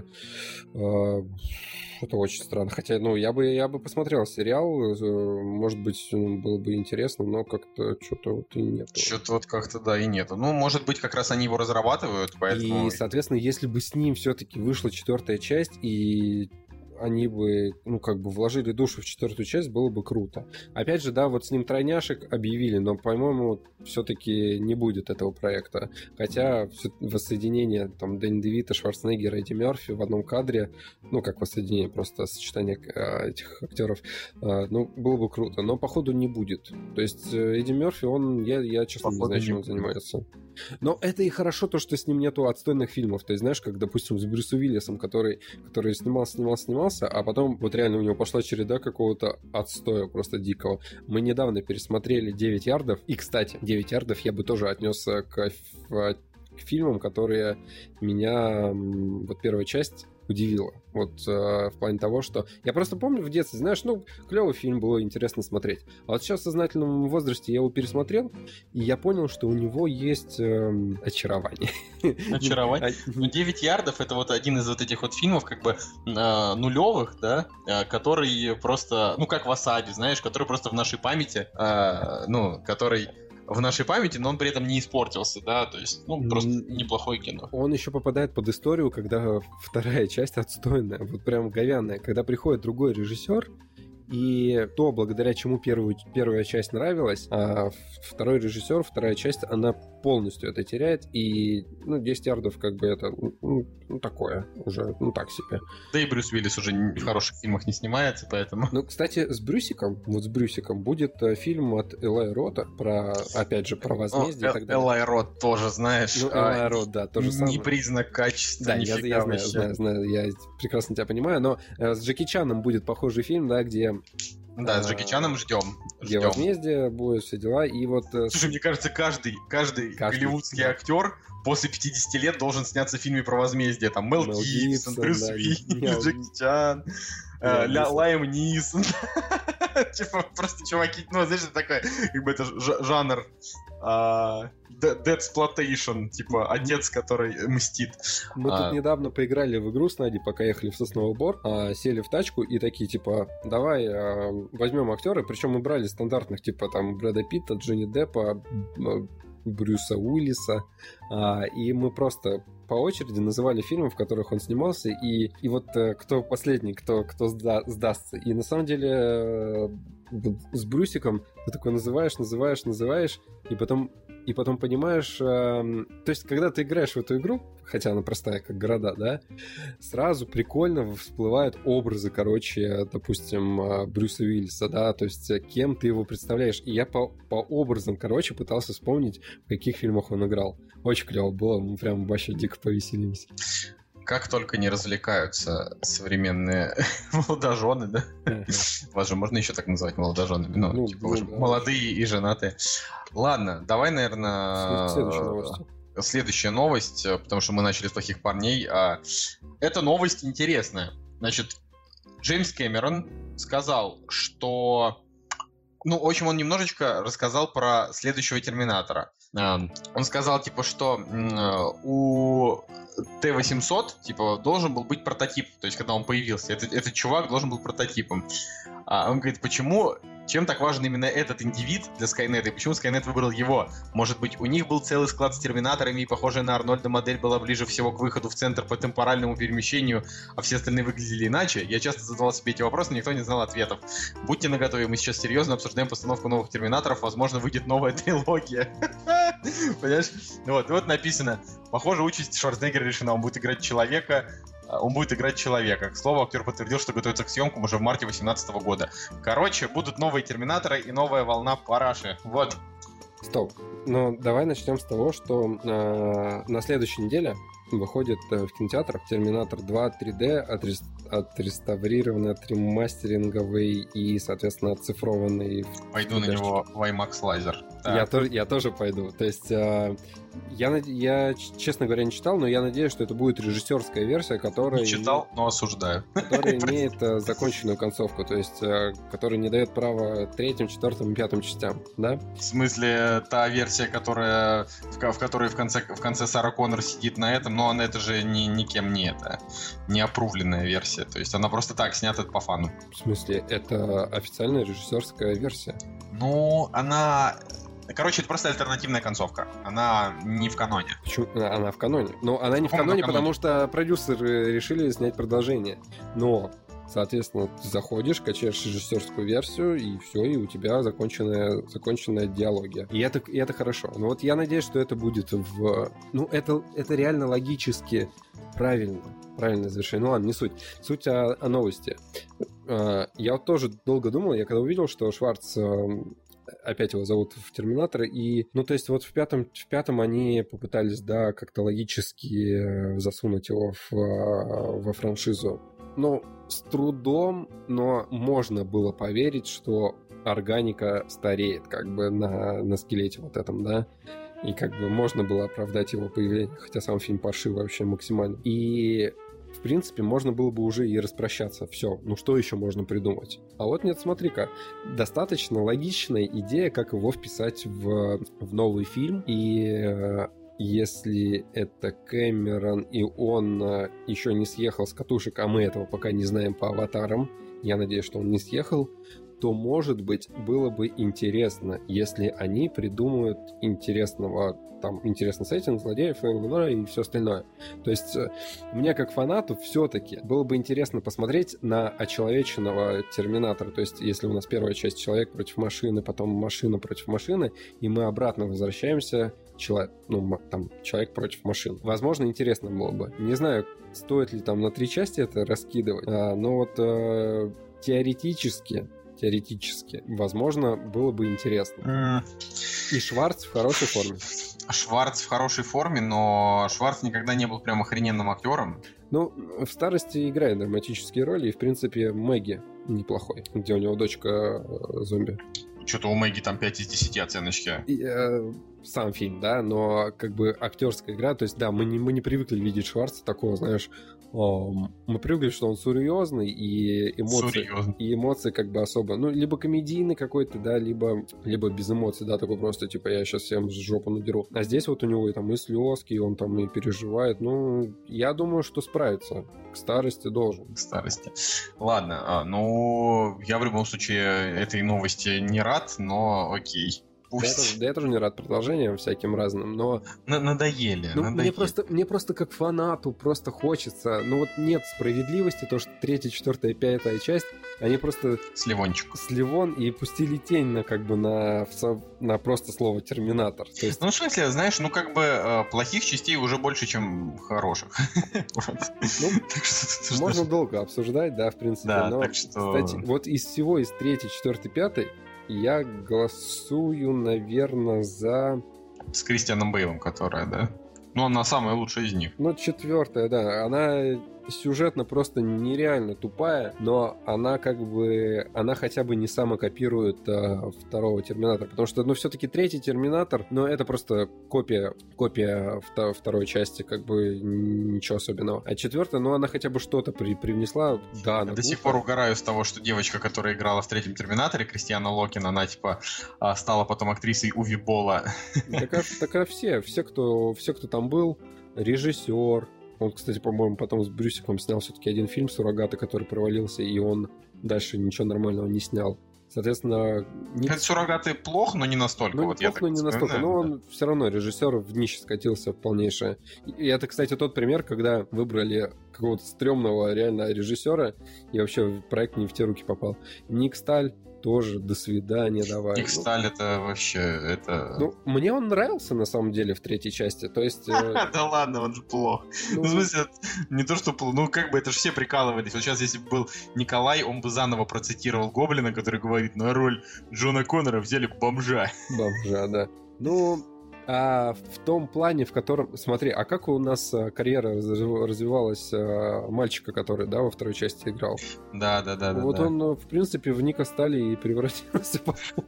э, это очень странно. Хотя, ну, я бы, я бы посмотрел сериал, может быть, было бы интересно, но как-то что-то вот и нету. Что-то вот как-то, да, и нету. Ну, может быть, как раз они его разрабатывают, поэтому... И, соответственно, если бы с ним все-таки вышла четвертая часть, и они бы, ну, как бы вложили душу в четвертую часть, было бы круто. Опять же, да, вот с ним тройняшек объявили, но, по-моему, все-таки не будет этого проекта. Хотя воссоединение там Дэнни Девита, Шварценеггера и Эдди Мерфи в одном кадре, ну, как воссоединение, просто сочетание э, этих актеров, э, ну, было бы круто. Но, походу, не будет. То есть Эдди Мерфи, он, я, я честно походу не знаю, чем он занимается. Но это и хорошо, то, что с ним нету отстойных фильмов. То есть, знаешь, как, допустим, с Брюсом Уиллисом, который, который снимался, снимался, снимался, а потом вот реально у него пошла череда какого-то отстоя просто дикого. Мы недавно пересмотрели девять ярдов. И, кстати, девять ярдов я бы тоже отнес к, к фильмам, которые меня... Вот первая часть удивила. Вот э, в плане того, что... Я просто помню в детстве, знаешь, ну, клевый фильм, было интересно смотреть. А вот сейчас в сознательном возрасте я его пересмотрел, и я понял, что у него есть э, очарование. Очарование? Ну, девять ярдов — это вот один из вот этих вот фильмов, как бы, э, нулевых, да, э, который просто, ну, как «Васаби», знаешь, который просто в нашей памяти, э, ну, который... в нашей памяти, но он при этом не испортился, да, то есть, ну, просто неплохое кино. Он еще попадает под историю, когда вторая часть отстойная, вот прям говяная, когда приходит другой режиссер, и то, благодаря чему первую, первая часть нравилась, а второй режиссер, вторая часть, она полностью это теряет, и, ну, десять ярдов, как бы, это, ну, ну, такое уже, ну, так себе. Да и Брюс Уиллис уже в хороших фильмах не снимается, поэтому... Ну, кстати, с Брюсиком, вот с Брюсиком будет фильм от Элай Рота про, опять же, про возмездие О, и так далее. Элай Рот тоже, знаешь... Ну, Элай Рот, да, тоже самое. Не признак качества, да, я, я знаю, знаю, знаю, я прекрасно тебя понимаю, но с Джеки Чаном будет похожий фильм, да, где... Да, с Джеки Чаном ждем. Где ждем. Возмездие будет, все дела, и вот... Слушай, мне кажется, каждый, каждый, каждый голливудский да. актер после пятидесяти лет должен сняться в фильме про возмездие. Там Мел, Мел Гибсон, Брюс да, Уиллис, Джеки Чан, Лайм Нисон. Типа, просто чуваки, ну, знаешь, это такой, как бы это жанр... Deadsploitation, типа отец, который мстит. Мы а... тут недавно поиграли в игру с Надей, пока ехали в Сосновый Бор, а, сели в тачку и такие, типа, давай а, возьмем актера, причем мы брали стандартных, типа, там, Брэда Питта, Джонни Деппа, Брюса Уиллиса, а, и мы просто по очереди называли фильмы, в которых он снимался, и, и вот э, кто последний, кто, кто сда- сдастся. И на самом деле э, с Брюсиком ты такой называешь, называешь, называешь, и потом, и потом понимаешь... Э, то есть, когда ты играешь в эту игру, хотя она простая, как города, да, сразу прикольно всплывают образы, короче, допустим, Брюса Уиллиса, да, то есть кем ты его представляешь. И я по, по образам, короче, пытался вспомнить, в каких фильмах он играл. Очень клево было, мы прям вообще дико повеселились. Как только не развлекаются современные молодожены, да? Uh-huh. Вас же можно еще так называть молодоженами? Ну, ну типа, ну, да, молодые и женатые. Ладно, давай, наверное... Следующая новость. Следующая новость, потому что мы начали с плохих парней. А... Эта новость интересная. Значит, Джеймс Кэмерон сказал, что... Ну, в общем, он немножечко рассказал про следующего Терминатора. Он сказал, типа, что у Т восемьсот, типа, должен был быть прототип. То есть, когда он появился, этот, этот чувак должен был прототипом. А он говорит, почему Чем так важен именно этот индивид для Skynet, и почему Skynet выбрал его? Может быть, у них был целый склад с терминаторами, и похожая на Арнольда модель была ближе всего к выходу в центр по темпоральному перемещению, а все остальные выглядели иначе? Я часто задавал себе эти вопросы, но никто не знал ответов. Будьте наготове, мы сейчас серьезно обсуждаем постановку новых терминаторов, возможно, выйдет новая трилогия. Понимаешь? Вот, вот написано. Похоже, участь Шварценеггера решена, он будет играть человека, он будет играть человека. К слову, актер подтвердил, что готовится к съемкам уже в марте две тысячи восемнадцатого года. Короче, будут новые терминаторы и новая волна параши. Вот. Стоп. Ну, давай начнем с того, что э, на следующей неделе выходит э, в кинотеатрах Терминатор два три дэ, отрес... отреставрированный, отремастеринговый и, соответственно, оцифрованный. Пойду на него в IMAX лазер. Я тоже, я тоже пойду. То есть э, я, я, честно говоря, не читал, но я надеюсь, что это будет режиссерская версия, которая... Не читал, но осуждаю. Которая имеет э, законченную концовку, то есть э, которая не дает права третьим, четвертым и пятым частям, да? В смысле, та версия, которая в, в которой в конце, в конце Сара Коннор сидит на этом, но она это же ни, никем не это, не опрувленная версия, то есть она просто так снята по фану. В смысле, это официальная режиссерская версия? Ну, она... Короче, это просто альтернативная концовка. Она не в каноне. Почему? Она в каноне. Но она не в каноне, в каноне, потому что продюсеры решили снять продолжение. Но, соответственно, ты заходишь, качаешь режиссерскую версию, и все, и у тебя законченная, законченная диалогия. И это, и это хорошо. Но вот я надеюсь, что это будет в... Ну, это, это реально логически правильно. Правильное завершение. Ну ладно, не суть. Суть о, о новости. Я вот тоже долго думал, я когда увидел, что Шварц... Опять его зовут в Терминатор, и, ну, то есть вот в пятом, в пятом они попытались, да, как-то логически засунуть его в, во франшизу. Ну, с трудом, но можно было поверить, что органика стареет, как бы, на, на скелете вот этом, да, и как бы можно было оправдать его появление, хотя сам фильм паршивый вообще максимально. И... В принципе, можно было бы уже и распрощаться. Все, ну что еще можно придумать? А вот нет, смотри-ка, достаточно логичная идея, как его вписать в, в новый фильм. И э, если это Кэмерон, и он э, еще не съехал с катушек, а мы этого пока не знаем по аватарам, я надеюсь, что он не съехал, то, может быть, было бы интересно, если они придумают интересного, там, интересный сеттинг, злодеев и все остальное. То есть мне, как фанату, все-таки было бы интересно посмотреть на очеловеченного Терминатора. То есть если у нас первая часть человек против машины, потом машина против машины, и мы обратно возвращаемся человек, ну, там, человек против машины. Возможно, интересно было бы. Не знаю, стоит ли там на три части это раскидывать, а, но вот э, теоретически Теоретически. Возможно, было бы интересно. Mm. И Шварц в хорошей форме. Шварц в хорошей форме, но Шварц никогда не был прям охрененным актером. Ну, в старости играет драматические роли, и, в принципе, Мэгги неплохой, где у него дочка э, зомби. Что-то у Мэгги там пять из десяти оценочки. И, э, сам фильм, да, но как бы актерская игра, то есть, да, мы не, мы не привыкли видеть Шварца такого, знаешь, о, мы привыкли, что он серьезный, и эмоции, Серьезно. и эмоции как бы особо, ну, либо комедийный какой-то, да, либо, либо без эмоций, да, такой просто, типа, я сейчас всем жопу надеру. А здесь вот у него и там и слезки, и он там и переживает, ну, я думаю, что справится. К старости должен. К старости. Ладно, а, ну, я в любом случае этой новости не рад, но окей. Да я, тоже, да я тоже не рад продолжениям всяким разным, но... На- надоели, ну, надоели. Мне просто, мне просто как фанату просто хочется... Ну вот нет справедливости, то, что третья, четвертая, пятая часть, они просто... Сливончик. Сливон и пустили тень на как бы на, на просто слово «Терминатор». То есть... Ну, в смысле, знаешь, ну как бы плохих частей уже больше, чем хороших. Можно долго обсуждать, да, в принципе. Но, кстати, вот из всего, из третьей, четвертой, пятой, я голосую, наверное, за... С Кристианом Бейлом, которая, да? Ну, она самая лучшая из них. Ну, четвертая, да. Она сюжетно просто нереально тупая, но она как бы... Она хотя бы не самокопирует а, второго Терминатора. Потому что, ну, все-таки третий Терминатор, ну, это просто копия, копия вто- второй части, как бы ничего особенного. А четвертая, ну, она хотя бы что-то при- привнесла. Да, она До сих пор угораю с того, что девочка, которая играла в третьем Терминаторе, Кристиана Локин, она, типа, стала потом актрисой Уви Болла. Так а, так а все, все кто, все, кто там был, режиссер. Он, кстати, по-моему, потом с Брюсиком снял все-таки один фильм «Суррогаты», который провалился, и он дальше ничего нормального не снял. Соответственно... Ник... Это «Суррогаты» плохо, но не настолько. Ну, вот плохо, но не настолько. Но он да. все равно режиссер в днище скатился полнейшее. И это, кстати, тот пример, когда выбрали какого-то стрёмного реально режиссера, и вообще проект не в те руки попал. Ник Сталь тоже до свидания, давай. Ник Сталь ну, это вообще... это. Ну, мне он нравился, на самом деле, в третьей части. То есть... Да ладно, он же плох. Ну, в смысле, не то, что плохо. Ну, как бы это же все прикалывались. Вот сейчас, если бы был Николай, он бы заново процитировал Гоблина, который говорит, на роль Джона Коннора взяли бомжа. Бомжа, да. Ну... А в том плане, в котором... Смотри, а как у нас карьера развивалась мальчика, который, да, во второй части играл? Да, да, да. Вот да, он, да. в принципе, в Ника Стали и превратился.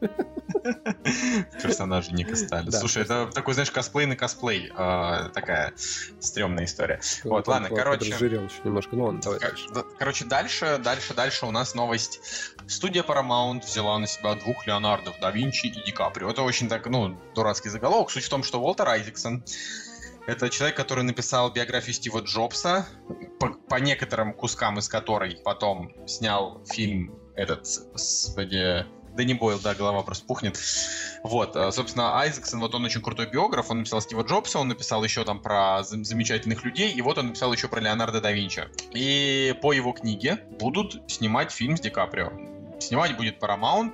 Персонажа Ника Стали. Слушай, это такой, знаешь, косплей на косплей. Такая стрёмная история. Вот, ладно, короче... немножко, ну ладно, давай дальше. Короче, дальше, дальше, дальше у нас новость. Студия Paramount взяла на себя двух Леонардо да Винчи и Ди Каприо. Это очень так, ну, дурацкий заголовок. Суть в том, что Уолтер Айзексон — это человек, который написал биографию Стива Джобса, по, по некоторым кускам из которой потом снял фильм этот, господи, Дэнни Бойл, да, голова просто пухнет. Вот, собственно, Айзексон, вот он очень крутой биограф, он написал Стива Джобса, он написал еще там про замечательных людей, и вот он написал еще про Леонардо да Винчи. И по его книге будут снимать фильм с Ди Каприо. Снимать будет Paramount,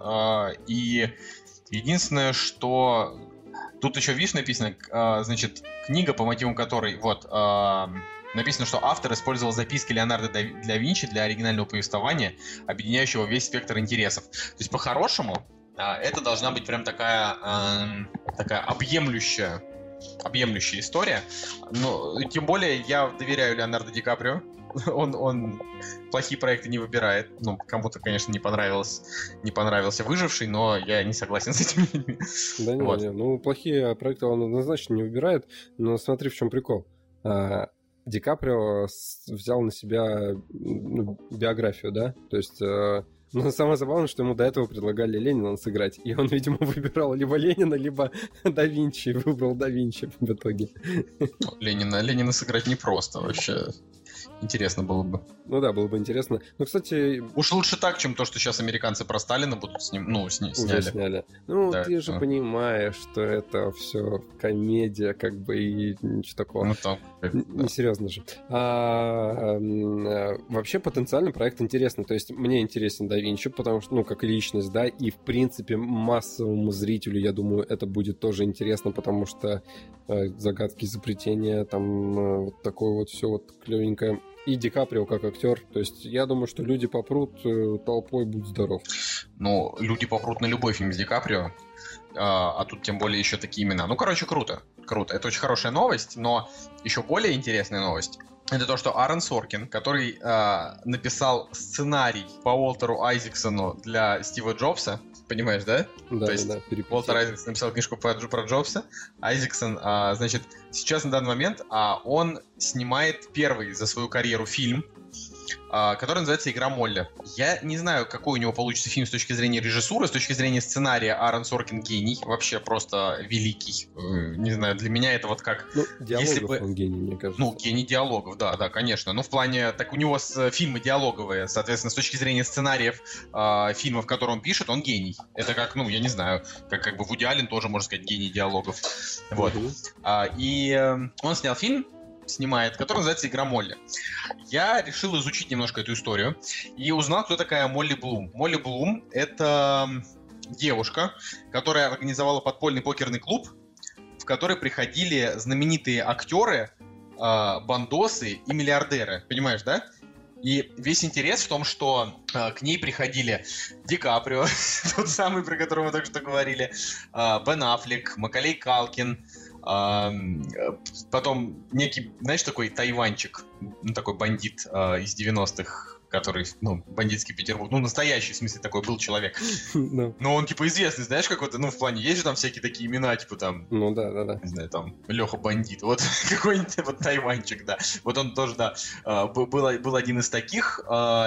и единственное, что... Тут еще, видишь, написано, э, значит, книга, по мотивам которой, вот, э, написано, что автор использовал записки Леонардо да Винчи для оригинального повествования, объединяющего весь спектр интересов. То есть, по-хорошему, э, это должна быть прям такая, э, такая объемлющая, объемлющая история. Но, тем более, я доверяю Леонардо Ди Каприо. Он, он плохие проекты не выбирает. Ну, кому-то, конечно, не понравилось, не понравился «Выживший», но я не согласен с этими людьми. Да не, вот. не, ну плохие проекты он однозначно не выбирает, но смотри, в чем прикол. А, Ди Каприо взял на себя ну, биографию, да? То есть... Но самое забавное, что ему до этого предлагали Ленина сыграть. И он, видимо, выбирал либо Ленина, либо да Винчи. Выбрал да Винчи в итоге. Ленина, Ленина сыграть непросто вообще. Интересно было бы. Ну да, было бы интересно. Ну, кстати... Уж лучше так, чем то, что сейчас американцы про Сталина будут с ним, ну, сни- сняли. Уже сняли. Ну, да, ты же да. понимаешь, что это все комедия, как бы, и ничего такого. Ну, там, Н- да. Несерьезно же. А, а, вообще, потенциально проект интересный. То есть, мне интересен да Винчи, потому что, ну, как личность, да, и, в принципе, массовому зрителю, я думаю, это будет тоже интересно, потому что э, загадки изобретения, там, э, вот такое вот все вот клевенькое. И Ди Каприо как актер. То есть я думаю, что люди попрут э, толпой, будь здоров. Ну, люди попрут на любой фильм с Ди Каприо. А, а тут тем более еще такие имена. Ну, короче, круто. Круто. Это очень хорошая новость, но еще более интересная новость. Это то, что Аарон Соркин, который э, написал сценарий по Уолтеру Айзексону для Стива Джобса, понимаешь, да? Да, то есть да, да, Уолтер Айзексон написал книжку про, про Джобса. Айзексон, а, значит, сейчас на данный момент а, он снимает первый за свою карьеру фильм, а, который называется «Игра Молли». Я не знаю, какой у него получится фильм с точки зрения режиссуры, с точки зрения сценария. Аарон Соркин гений, вообще просто великий. Не знаю, для меня это вот как... Ну, диалогов если бы... он гений, мне кажется. Ну, гений диалогов, да, да, конечно. Ну, в плане, так у него с, фильмы диалоговые, соответственно, с точки зрения сценариев э, фильмов, которые он пишет, он гений. Это как, ну, я не знаю, как, как бы Вуди Аллен тоже, можно сказать, гений диалогов. Вот. Uh-huh. А, и э, он снял фильм, снимает, который называется «Игра Молли». Я решил изучить немножко эту историю и узнал, кто такая Молли Блум. Молли Блум — это девушка, которая организовала подпольный покерный клуб, в который приходили знаменитые актеры, э, бандосы и миллиардеры. Понимаешь, да? И весь интерес в том, что э, к ней приходили Ди Каприо, тот самый, про которого мы только что говорили, э, Бен Аффлек, Маколей Калкин, Uh, потом некий, знаешь, такой тайванчик, ну, такой бандит uh, из девяностых, который, ну, бандитский Петербург, ну, настоящий, в смысле, такой был человек. No. Но он, типа, известный, знаешь, какой-то, ну, в плане, есть же там всякие такие имена, типа, там... Ну, да, да, да. Не знаю, там, Леха Бандит, вот, какой-нибудь вот тайванчик, да. Вот он тоже, да, был, был один из таких,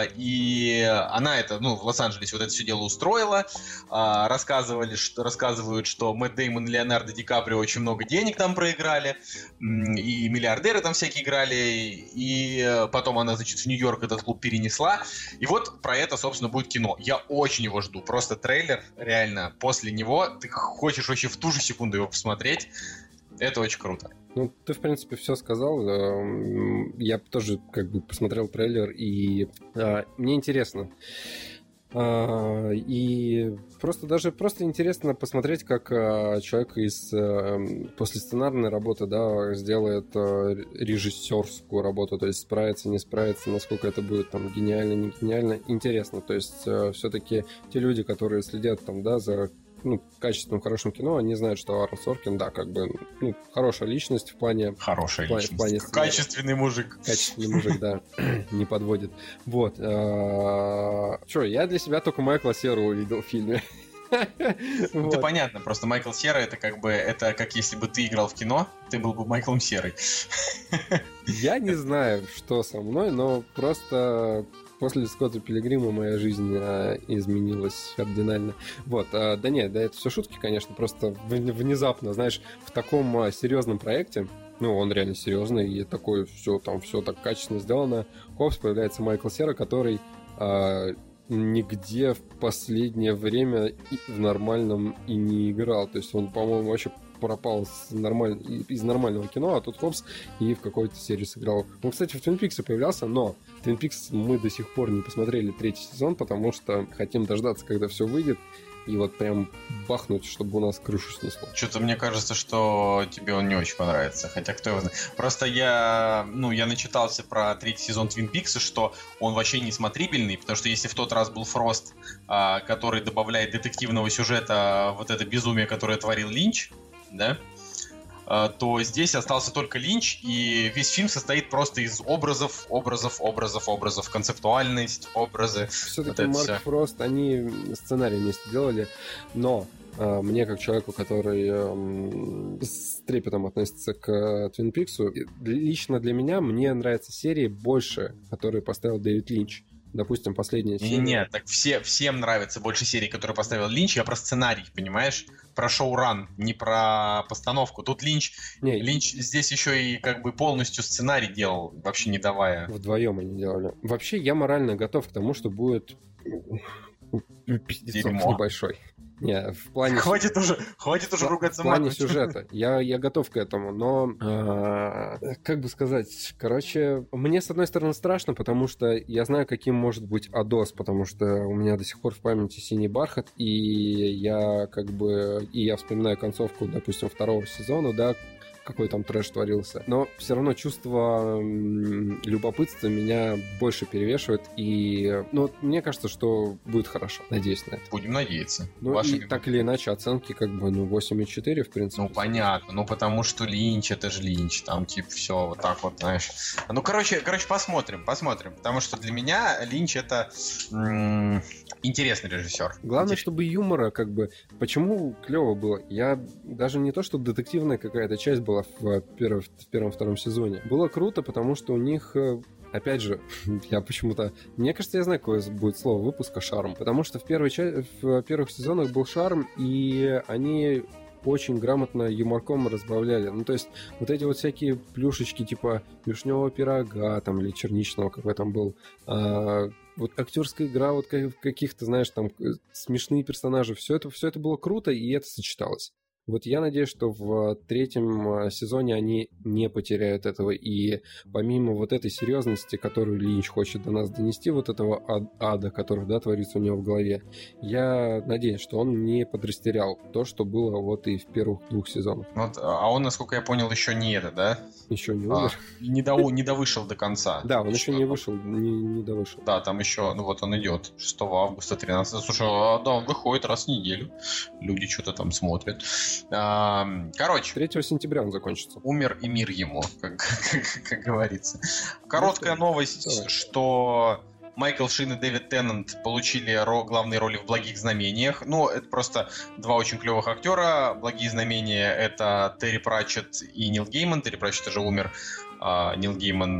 и она это, ну, в Лос-Анджелесе вот это все дело устроила, рассказывали, что, рассказывают, что Мэтт Дэймон и Леонардо Ди Каприо очень много денег там проиграли, и миллиардеры там всякие играли, и потом она, значит, в Нью-Йорк этот клуб перенесла, снесла. И вот про это, собственно, будет кино. Я очень его жду. Просто трейлер, реально, после него ты хочешь вообще в ту же секунду его посмотреть. Это очень круто. Ну, ты, в принципе, все сказал. Я тоже как бы посмотрел трейлер, и а, мне интересно. А, и просто даже просто интересно посмотреть, как а, человек из а, после сценарной работы, да, сделает а, режиссерскую работу, то есть справится, не справится, насколько это будет там гениально, не гениально. Интересно, то есть а, все-таки те люди, которые следят там, да, за ну, качественным, хорошим кино, они знают, что Аарон Соркин, да, как бы, ну, хорошая личность в плане... Хорошая в плане, личность. В плане Качественный мужик. Качественный мужик, да, не подводит. Вот. Что, я для себя только Майкла Серу увидел в фильме. Ну, это понятно, просто Майкл Сера это как бы, это как если бы ты играл в кино, ты был бы Майклом Серой. Я не знаю, что со мной, но просто... После Скотта Пилигрима моя жизнь а, изменилась кардинально. Вот, а, да нет, да это все шутки, конечно, просто внезапно, знаешь, в таком а, серьезном проекте, ну, он реально серьезный, и такое все там, все так качественно сделано, хопс, появляется Майкл Сера, который а, нигде в последнее время в нормальном и не играл. То есть он, по-моему, вообще пропал с нормаль... из нормального кино, а тут хопс и в какой-то серии сыграл. Он, кстати, в Твин Пиксе появлялся, но Твин Пикс мы до сих пор не посмотрели третий сезон, потому что хотим дождаться, когда все выйдет, и вот прям бахнуть, чтобы у нас крышу снесло. Что-то мне кажется, что тебе он не очень понравится, хотя кто его знает. Просто я, ну, я начитался про третий сезон Твин Пикса, что он вообще не смотрибельный, потому что если в тот раз был Фрост, а, который добавляет детективного сюжета вот это безумие, которое творил Линч, да, то здесь остался только Линч, и весь фильм состоит просто из образов, образов, образов, образов, концептуальность, образы. Все-таки вот Марк Фрост, они сценарий вместе делали, но э, мне, как человеку, который э, с трепетом относится к Твин Пиксу, лично для меня, мне нравятся серии больше, которые поставил Дэвид Линч. Допустим, последняя серия. Нет, так все, всем нравятся больше серий, которые поставил Линч. Я про сценарий, понимаешь? Про шоуран, не про постановку. Тут Линч, не, Линч здесь еще и как бы полностью сценарий делал, вообще не давая. Вдвоем они делали. Вообще, я морально готов к тому, что будет пиздецок небольшой. Не, в плане... Хватит уже, хватит уже ругаться матом. В плане сюжета. Я, я готов к этому, но... Э, как бы сказать... Короче, мне, с одной стороны, страшно, потому что я знаю, каким может быть Адос, потому что у меня до сих пор в памяти «Синий бархат», и я как бы... И я вспоминаю концовку, допустим, второго сезона, да, какой там трэш творился. Но все равно чувство любопытства меня больше перевешивает. И, ну, мне кажется, что будет хорошо. Надеюсь на это. Будем надеяться. Ну, Вашими... и так или иначе, оценки как бы, ну, восемь и четыре, в принципе. Ну, понятно. Ну, потому что Линч, это же Линч. Там, типа, все вот так вот, знаешь. Ну, короче, короче, посмотрим, посмотрим. Потому что для меня Линч это м- интересный режиссер. Главное, Интерес... чтобы юмора, как бы... Почему клево было? Я даже не то, что детективная какая-то часть была в, перв... в первом-втором сезоне. Было круто, потому что у них... Опять же, я почему-то... Мне кажется, я знаю, какое будет слово выпуска — шарм. Потому что в, первой ча... в первых сезонах был шарм, и они очень грамотно юморком разбавляли. Ну, то есть, вот эти вот всякие плюшечки, типа вишневого пирога, там, или черничного, какой там был, а, вот актерская игра, вот каких-то, знаешь, там, смешные персонажи, все это, все это было круто, и это сочеталось. Вот я надеюсь, что в третьем сезоне они не потеряют этого, и помимо вот этой серьезности, которую Линч хочет до нас донести, вот этого ада, который, да, творится у него в голове, я надеюсь, что он не подрастерял то, что было вот и в первых двух сезонах. Вот, а он, насколько я понял, еще не это, да? Еще не умер. А, не, до, не довышел до конца. Да, он еще не вышел, не, не довышел. Да, там еще, ну вот он идет, шестого августа, тринадцатого. Слушай, а, да, он выходит раз в неделю. Люди что-то там смотрят. Короче. третьего сентября он закончится. Умер и мир ему, как, как, как говорится. Короткая новость, Давай. что Майкл Шин и Дэвид Теннант получили ро- главные роли в «Благих знамениях». Ну, это просто два очень клевых актера. «Благие знамения» — это Терри Пратчетт и Нил Гейман. Терри Пратчетт уже умер. А Нил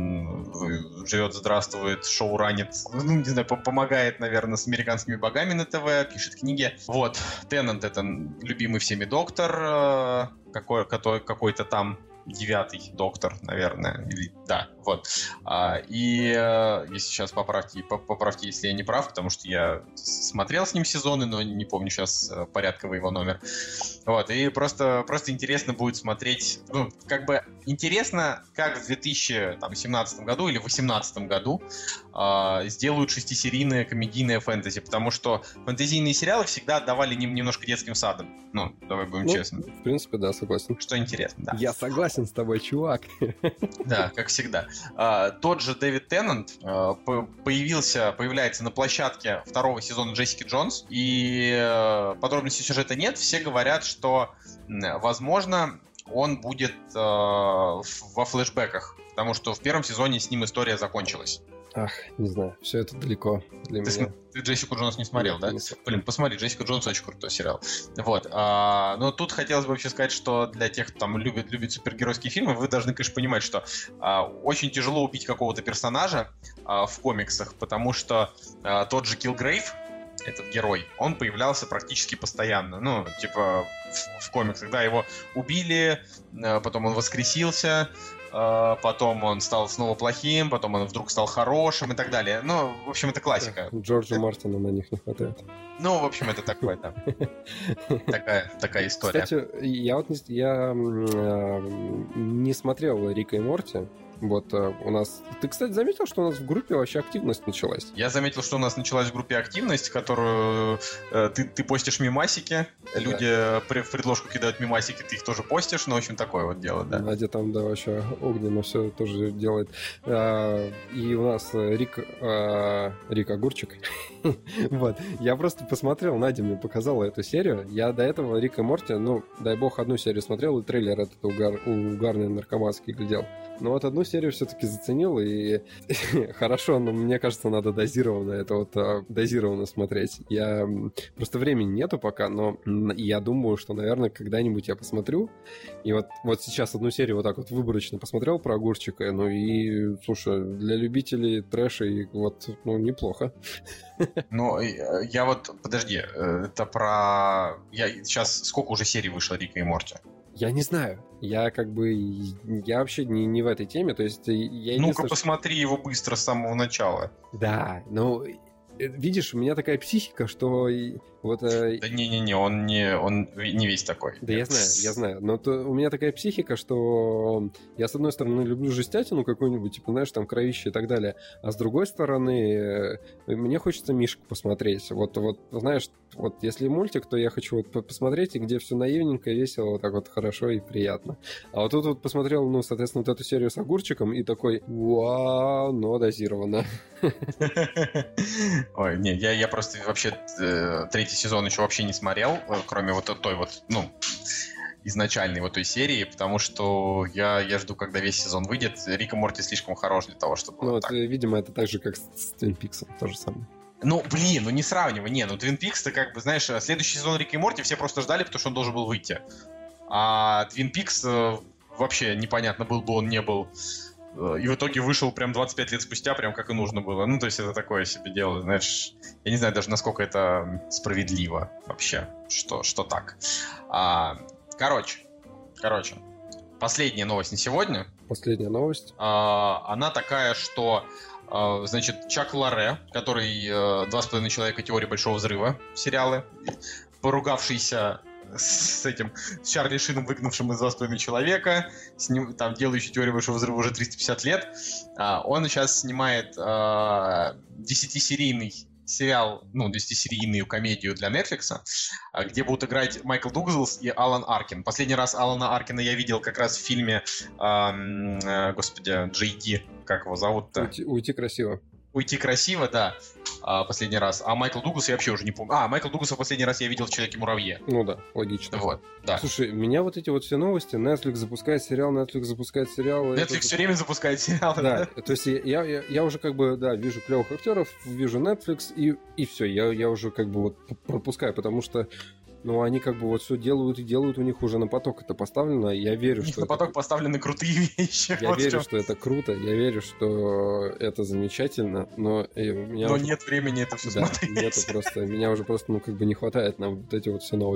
Гейман живет, здравствует, шоу ранит, ну, не знаю, помогает, наверное, с «Американскими богами» на ТВ, пишет книги. Вот, Теннант — это любимый всеми доктор, какой- какой- какой-то там девятый доктор, наверное, или да, вот. А, и э, если сейчас поправьте, поправьте, если я не прав, потому что я смотрел с ним сезоны, но не помню сейчас порядковый его номер. Вот, и просто, просто интересно будет смотреть, ну, как бы интересно, как в две тысячи семнадцатом году или две тысячи восемнадцатом году э, сделают шестисерийное комедийное фэнтези, потому что фэнтезийные сериалы всегда отдавали нем, немножко детским садом. Ну, давай будем ну, честны. В принципе, да, согласен. Что интересно, да. Я согласен с тобой, чувак. Да, как всегда. А, тот же Дэвид Теннант а, появился, появляется на площадке второго сезона Джессики Джонс, и а, подробностей сюжета нет. Все говорят, что, возможно, он будет а, во флешбеках, потому что в первом сезоне с ним история закончилась. Ах, не знаю, все это далеко для ты, меня. Ты Джессику Джонс не смотрел, Нет, да? Не Блин, посмотри, Джессика Джонс очень крутой сериал. Вот. А, но тут хотелось бы вообще сказать, что для тех, кто там любит, любит супергеройские фильмы, вы должны, конечно, понимать, что а, очень тяжело убить какого-то персонажа а, в комиксах, потому что а, тот же Киллгрейв, этот герой, он появлялся практически постоянно. Ну, типа, в, в комиксах, да, его убили, а, потом он воскресился, потом он стал снова плохим, потом он вдруг стал хорошим и так далее. Ну, в общем, это классика. Джорджа Мартина на них не хватает. Ну, в общем, это такое, да. Такая, такая история. Кстати, я вот не, я, не смотрел Рика и Морти. Вот у нас... Ты, кстати, заметил, что у нас в группе вообще активность началась? Я заметил, что у нас началась в группе активность, которую э, ты, ты постишь мимасики, да. Люди в предложку кидают мимасики, ты их тоже постишь, ну, в общем, такое вот дело, да. Надя там, да, вообще огненно все тоже делает. А, и у нас Рик... А, Рик Огурчик. Вот. Я просто посмотрел, Надя мне показала эту серию. Я до этого Рик и Морти, ну, дай бог, одну серию смотрел, и трейлер этот угар, угарный наркоманский глядел. Но вот одну серию все-таки заценил, и хорошо, но мне кажется, надо дозированно это вот дозированно смотреть. Я просто времени нету пока, но я думаю, что, наверное, когда-нибудь я посмотрю. И вот, вот сейчас одну серию вот так вот выборочно посмотрел про Огурчика, ну и, слушай, для любителей трэша вот, ну, неплохо. Ну, я вот, подожди, это про... Я сейчас, сколько уже серий вышло Рика и Морти? Я не знаю. Я как бы... Я вообще не, не в этой теме, то есть... Я Ну-ка, посмотри его быстро с самого начала. Да, ну... Видишь, у меня такая психика, что... Вот, да не-не-не, он не, он не весь такой. Да я знаю, я знаю. Но то, у меня такая психика, что я, с одной стороны, люблю жестятину какую-нибудь, типа, знаешь, там, кровище и так далее, а с другой стороны, мне хочется Мишку посмотреть. Вот, вот, знаешь, вот если мультик, то я хочу вот посмотреть, и где все наивненько, весело, вот так вот хорошо и приятно. А вот тут вот посмотрел, ну, соответственно, вот эту серию с Огурчиком, и такой, вау, но дозировано. Ой, не, я, я просто вообще третий сезон еще вообще не смотрел, кроме вот той вот, ну, изначальной вот той серии, потому что я, я жду, когда весь сезон выйдет. Рик и Морти слишком хорош для того, чтобы... Ну, вот вот, видимо, это так же, как с Твин Пиксом, то же самое. Ну, блин, ну не сравнивай, не, ну Твин Пикс-то как бы, знаешь, следующий сезон Рика и Морти все просто ждали, потому что он должен был выйти. А Твин Пикс вообще непонятно, был бы он, не был. И в итоге вышел прям двадцать пять лет спустя, прям как и нужно было. Ну, то есть это такое себе дело, знаешь. Я не знаю даже, насколько это справедливо вообще, что, что так. А, короче, короче, последняя новость на сегодня. Последняя новость. А, она такая, что, а, значит, Чак Лорре, который а, «Два с половиной человека. Теория большого взрыва» сериалы, поругавшийся с этим, с Чарли Шином, выгнавшим из «Два с половиной человека», с ним, там, делающий «Теорию большого взрыва» уже триста пятьдесят лет. А, он сейчас снимает а, десятисерийный сериал, ну, десятисерийную комедию для Netflix, а, где будут играть Майкл Дуглас и Алан Аркин. Последний раз Алана Аркина я видел как раз в фильме, а, а, господи, Джей Ди, как его зовут-то? Уйти, уйти красиво. «Уйти красиво», да, последний раз. А Майкл Дуглас я вообще уже не помню. А, Майкл Дугласа в последний раз я видел в «Человеке-муравье». Ну да, логично. Вот, да. Слушай, меня вот эти вот все новости, Netflix запускает сериал, Netflix запускает сериал. Netflix это... все время запускает сериалы, да? Да, то есть я, я, я уже как бы, да, вижу клевых актеров, вижу Netflix, и, и все, я, я уже как бы вот пропускаю, потому что ну, они как бы вот все делают и делают, у них уже на поток это поставлено, я верю, у них что... на поток это... поставлены крутые вещи. Я вот верю, что это круто, я верю, что это замечательно, но... У меня но уже... нет времени это все да, смотреть. Нету просто, меня уже просто, ну, как бы не хватает на вот эти вот все новости.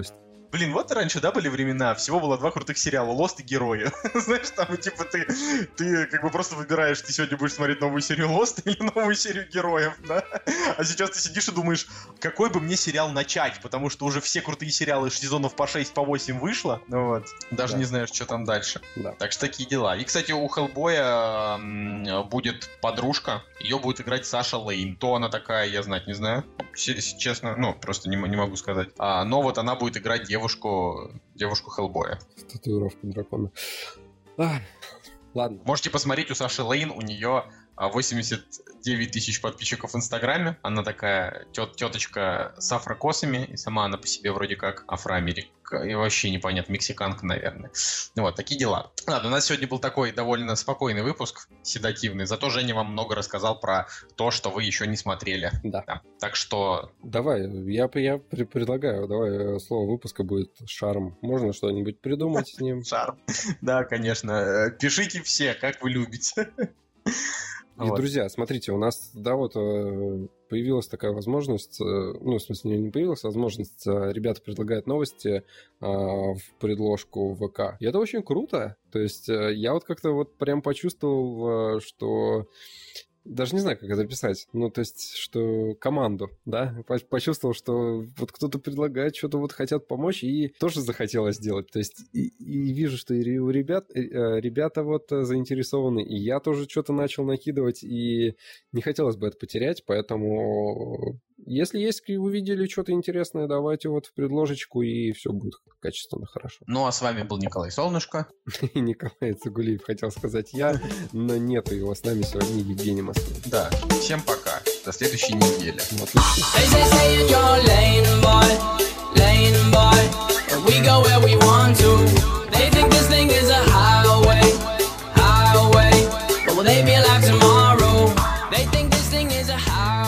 Блин, вот раньше, да, были времена, всего было два крутых сериала, «Лост» и «Герои». Знаешь, там, типа, ты, ты как бы просто выбираешь, ты сегодня будешь смотреть новую серию «Лост» или новую серию «Героев», да? А сейчас ты сидишь и думаешь, какой бы мне сериал начать, потому что уже все крутые сериалы сезонов по шесть, по восемь вышло, ну вот, даже да. не знаешь, что там дальше. Да. Так что такие дела. И, кстати, у Хеллбоя будет подружка, ее будет играть Саша Лейн. То она такая, я знать не знаю, честно, ну, просто не, не могу сказать. А, но вот она будет играть девушку, девушку Хеллбоя. С татуировкой дракона. А, ладно. Можете посмотреть, у Саши Лейн, у нее восемьдесят девять тысяч подписчиков в Инстаграме. Она такая тет, теточка с афрокосами, и сама она по себе вроде как афроамериканка. И вообще непонятно, мексиканка, наверное. Вот, такие дела. Ладно, у нас сегодня был такой довольно спокойный выпуск, седативный. Зато Женя вам много рассказал про то, что вы еще не смотрели. Да. да. Так что... Давай, я, я предлагаю, давай слово выпуска будет «Шарм». Можно что-нибудь придумать с ним? Шарм. Да, конечно. Пишите все, как вы любите. И, вот. Друзья, смотрите, у нас, да, вот появилась такая возможность, ну, в смысле, не появилась возможность, ребята предлагают новости в предложку в ВК. И это очень круто. То есть я вот как-то вот прям почувствовал, что... Даже не знаю, как это описать. Ну, то есть, что команду, да, почувствовал, что вот кто-то предлагает, что-то вот хотят помочь, и тоже захотелось сделать. То есть, и, и вижу, что и у ребят, ребята вот заинтересованы, и я тоже что-то начал накидывать, и не хотелось бы это потерять, поэтому... Если есть, увидели что-то интересное, давайте вот в предложечку, и все будет качественно хорошо. Ну, а с вами был Николай Солнышко. И Николай Цугулиев, хотел сказать я, но нету его с нами сегодня Евгений Москвин. Да, всем пока, до следующей недели.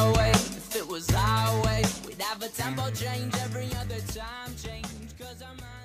Tempo change every other time change, 'cause I'm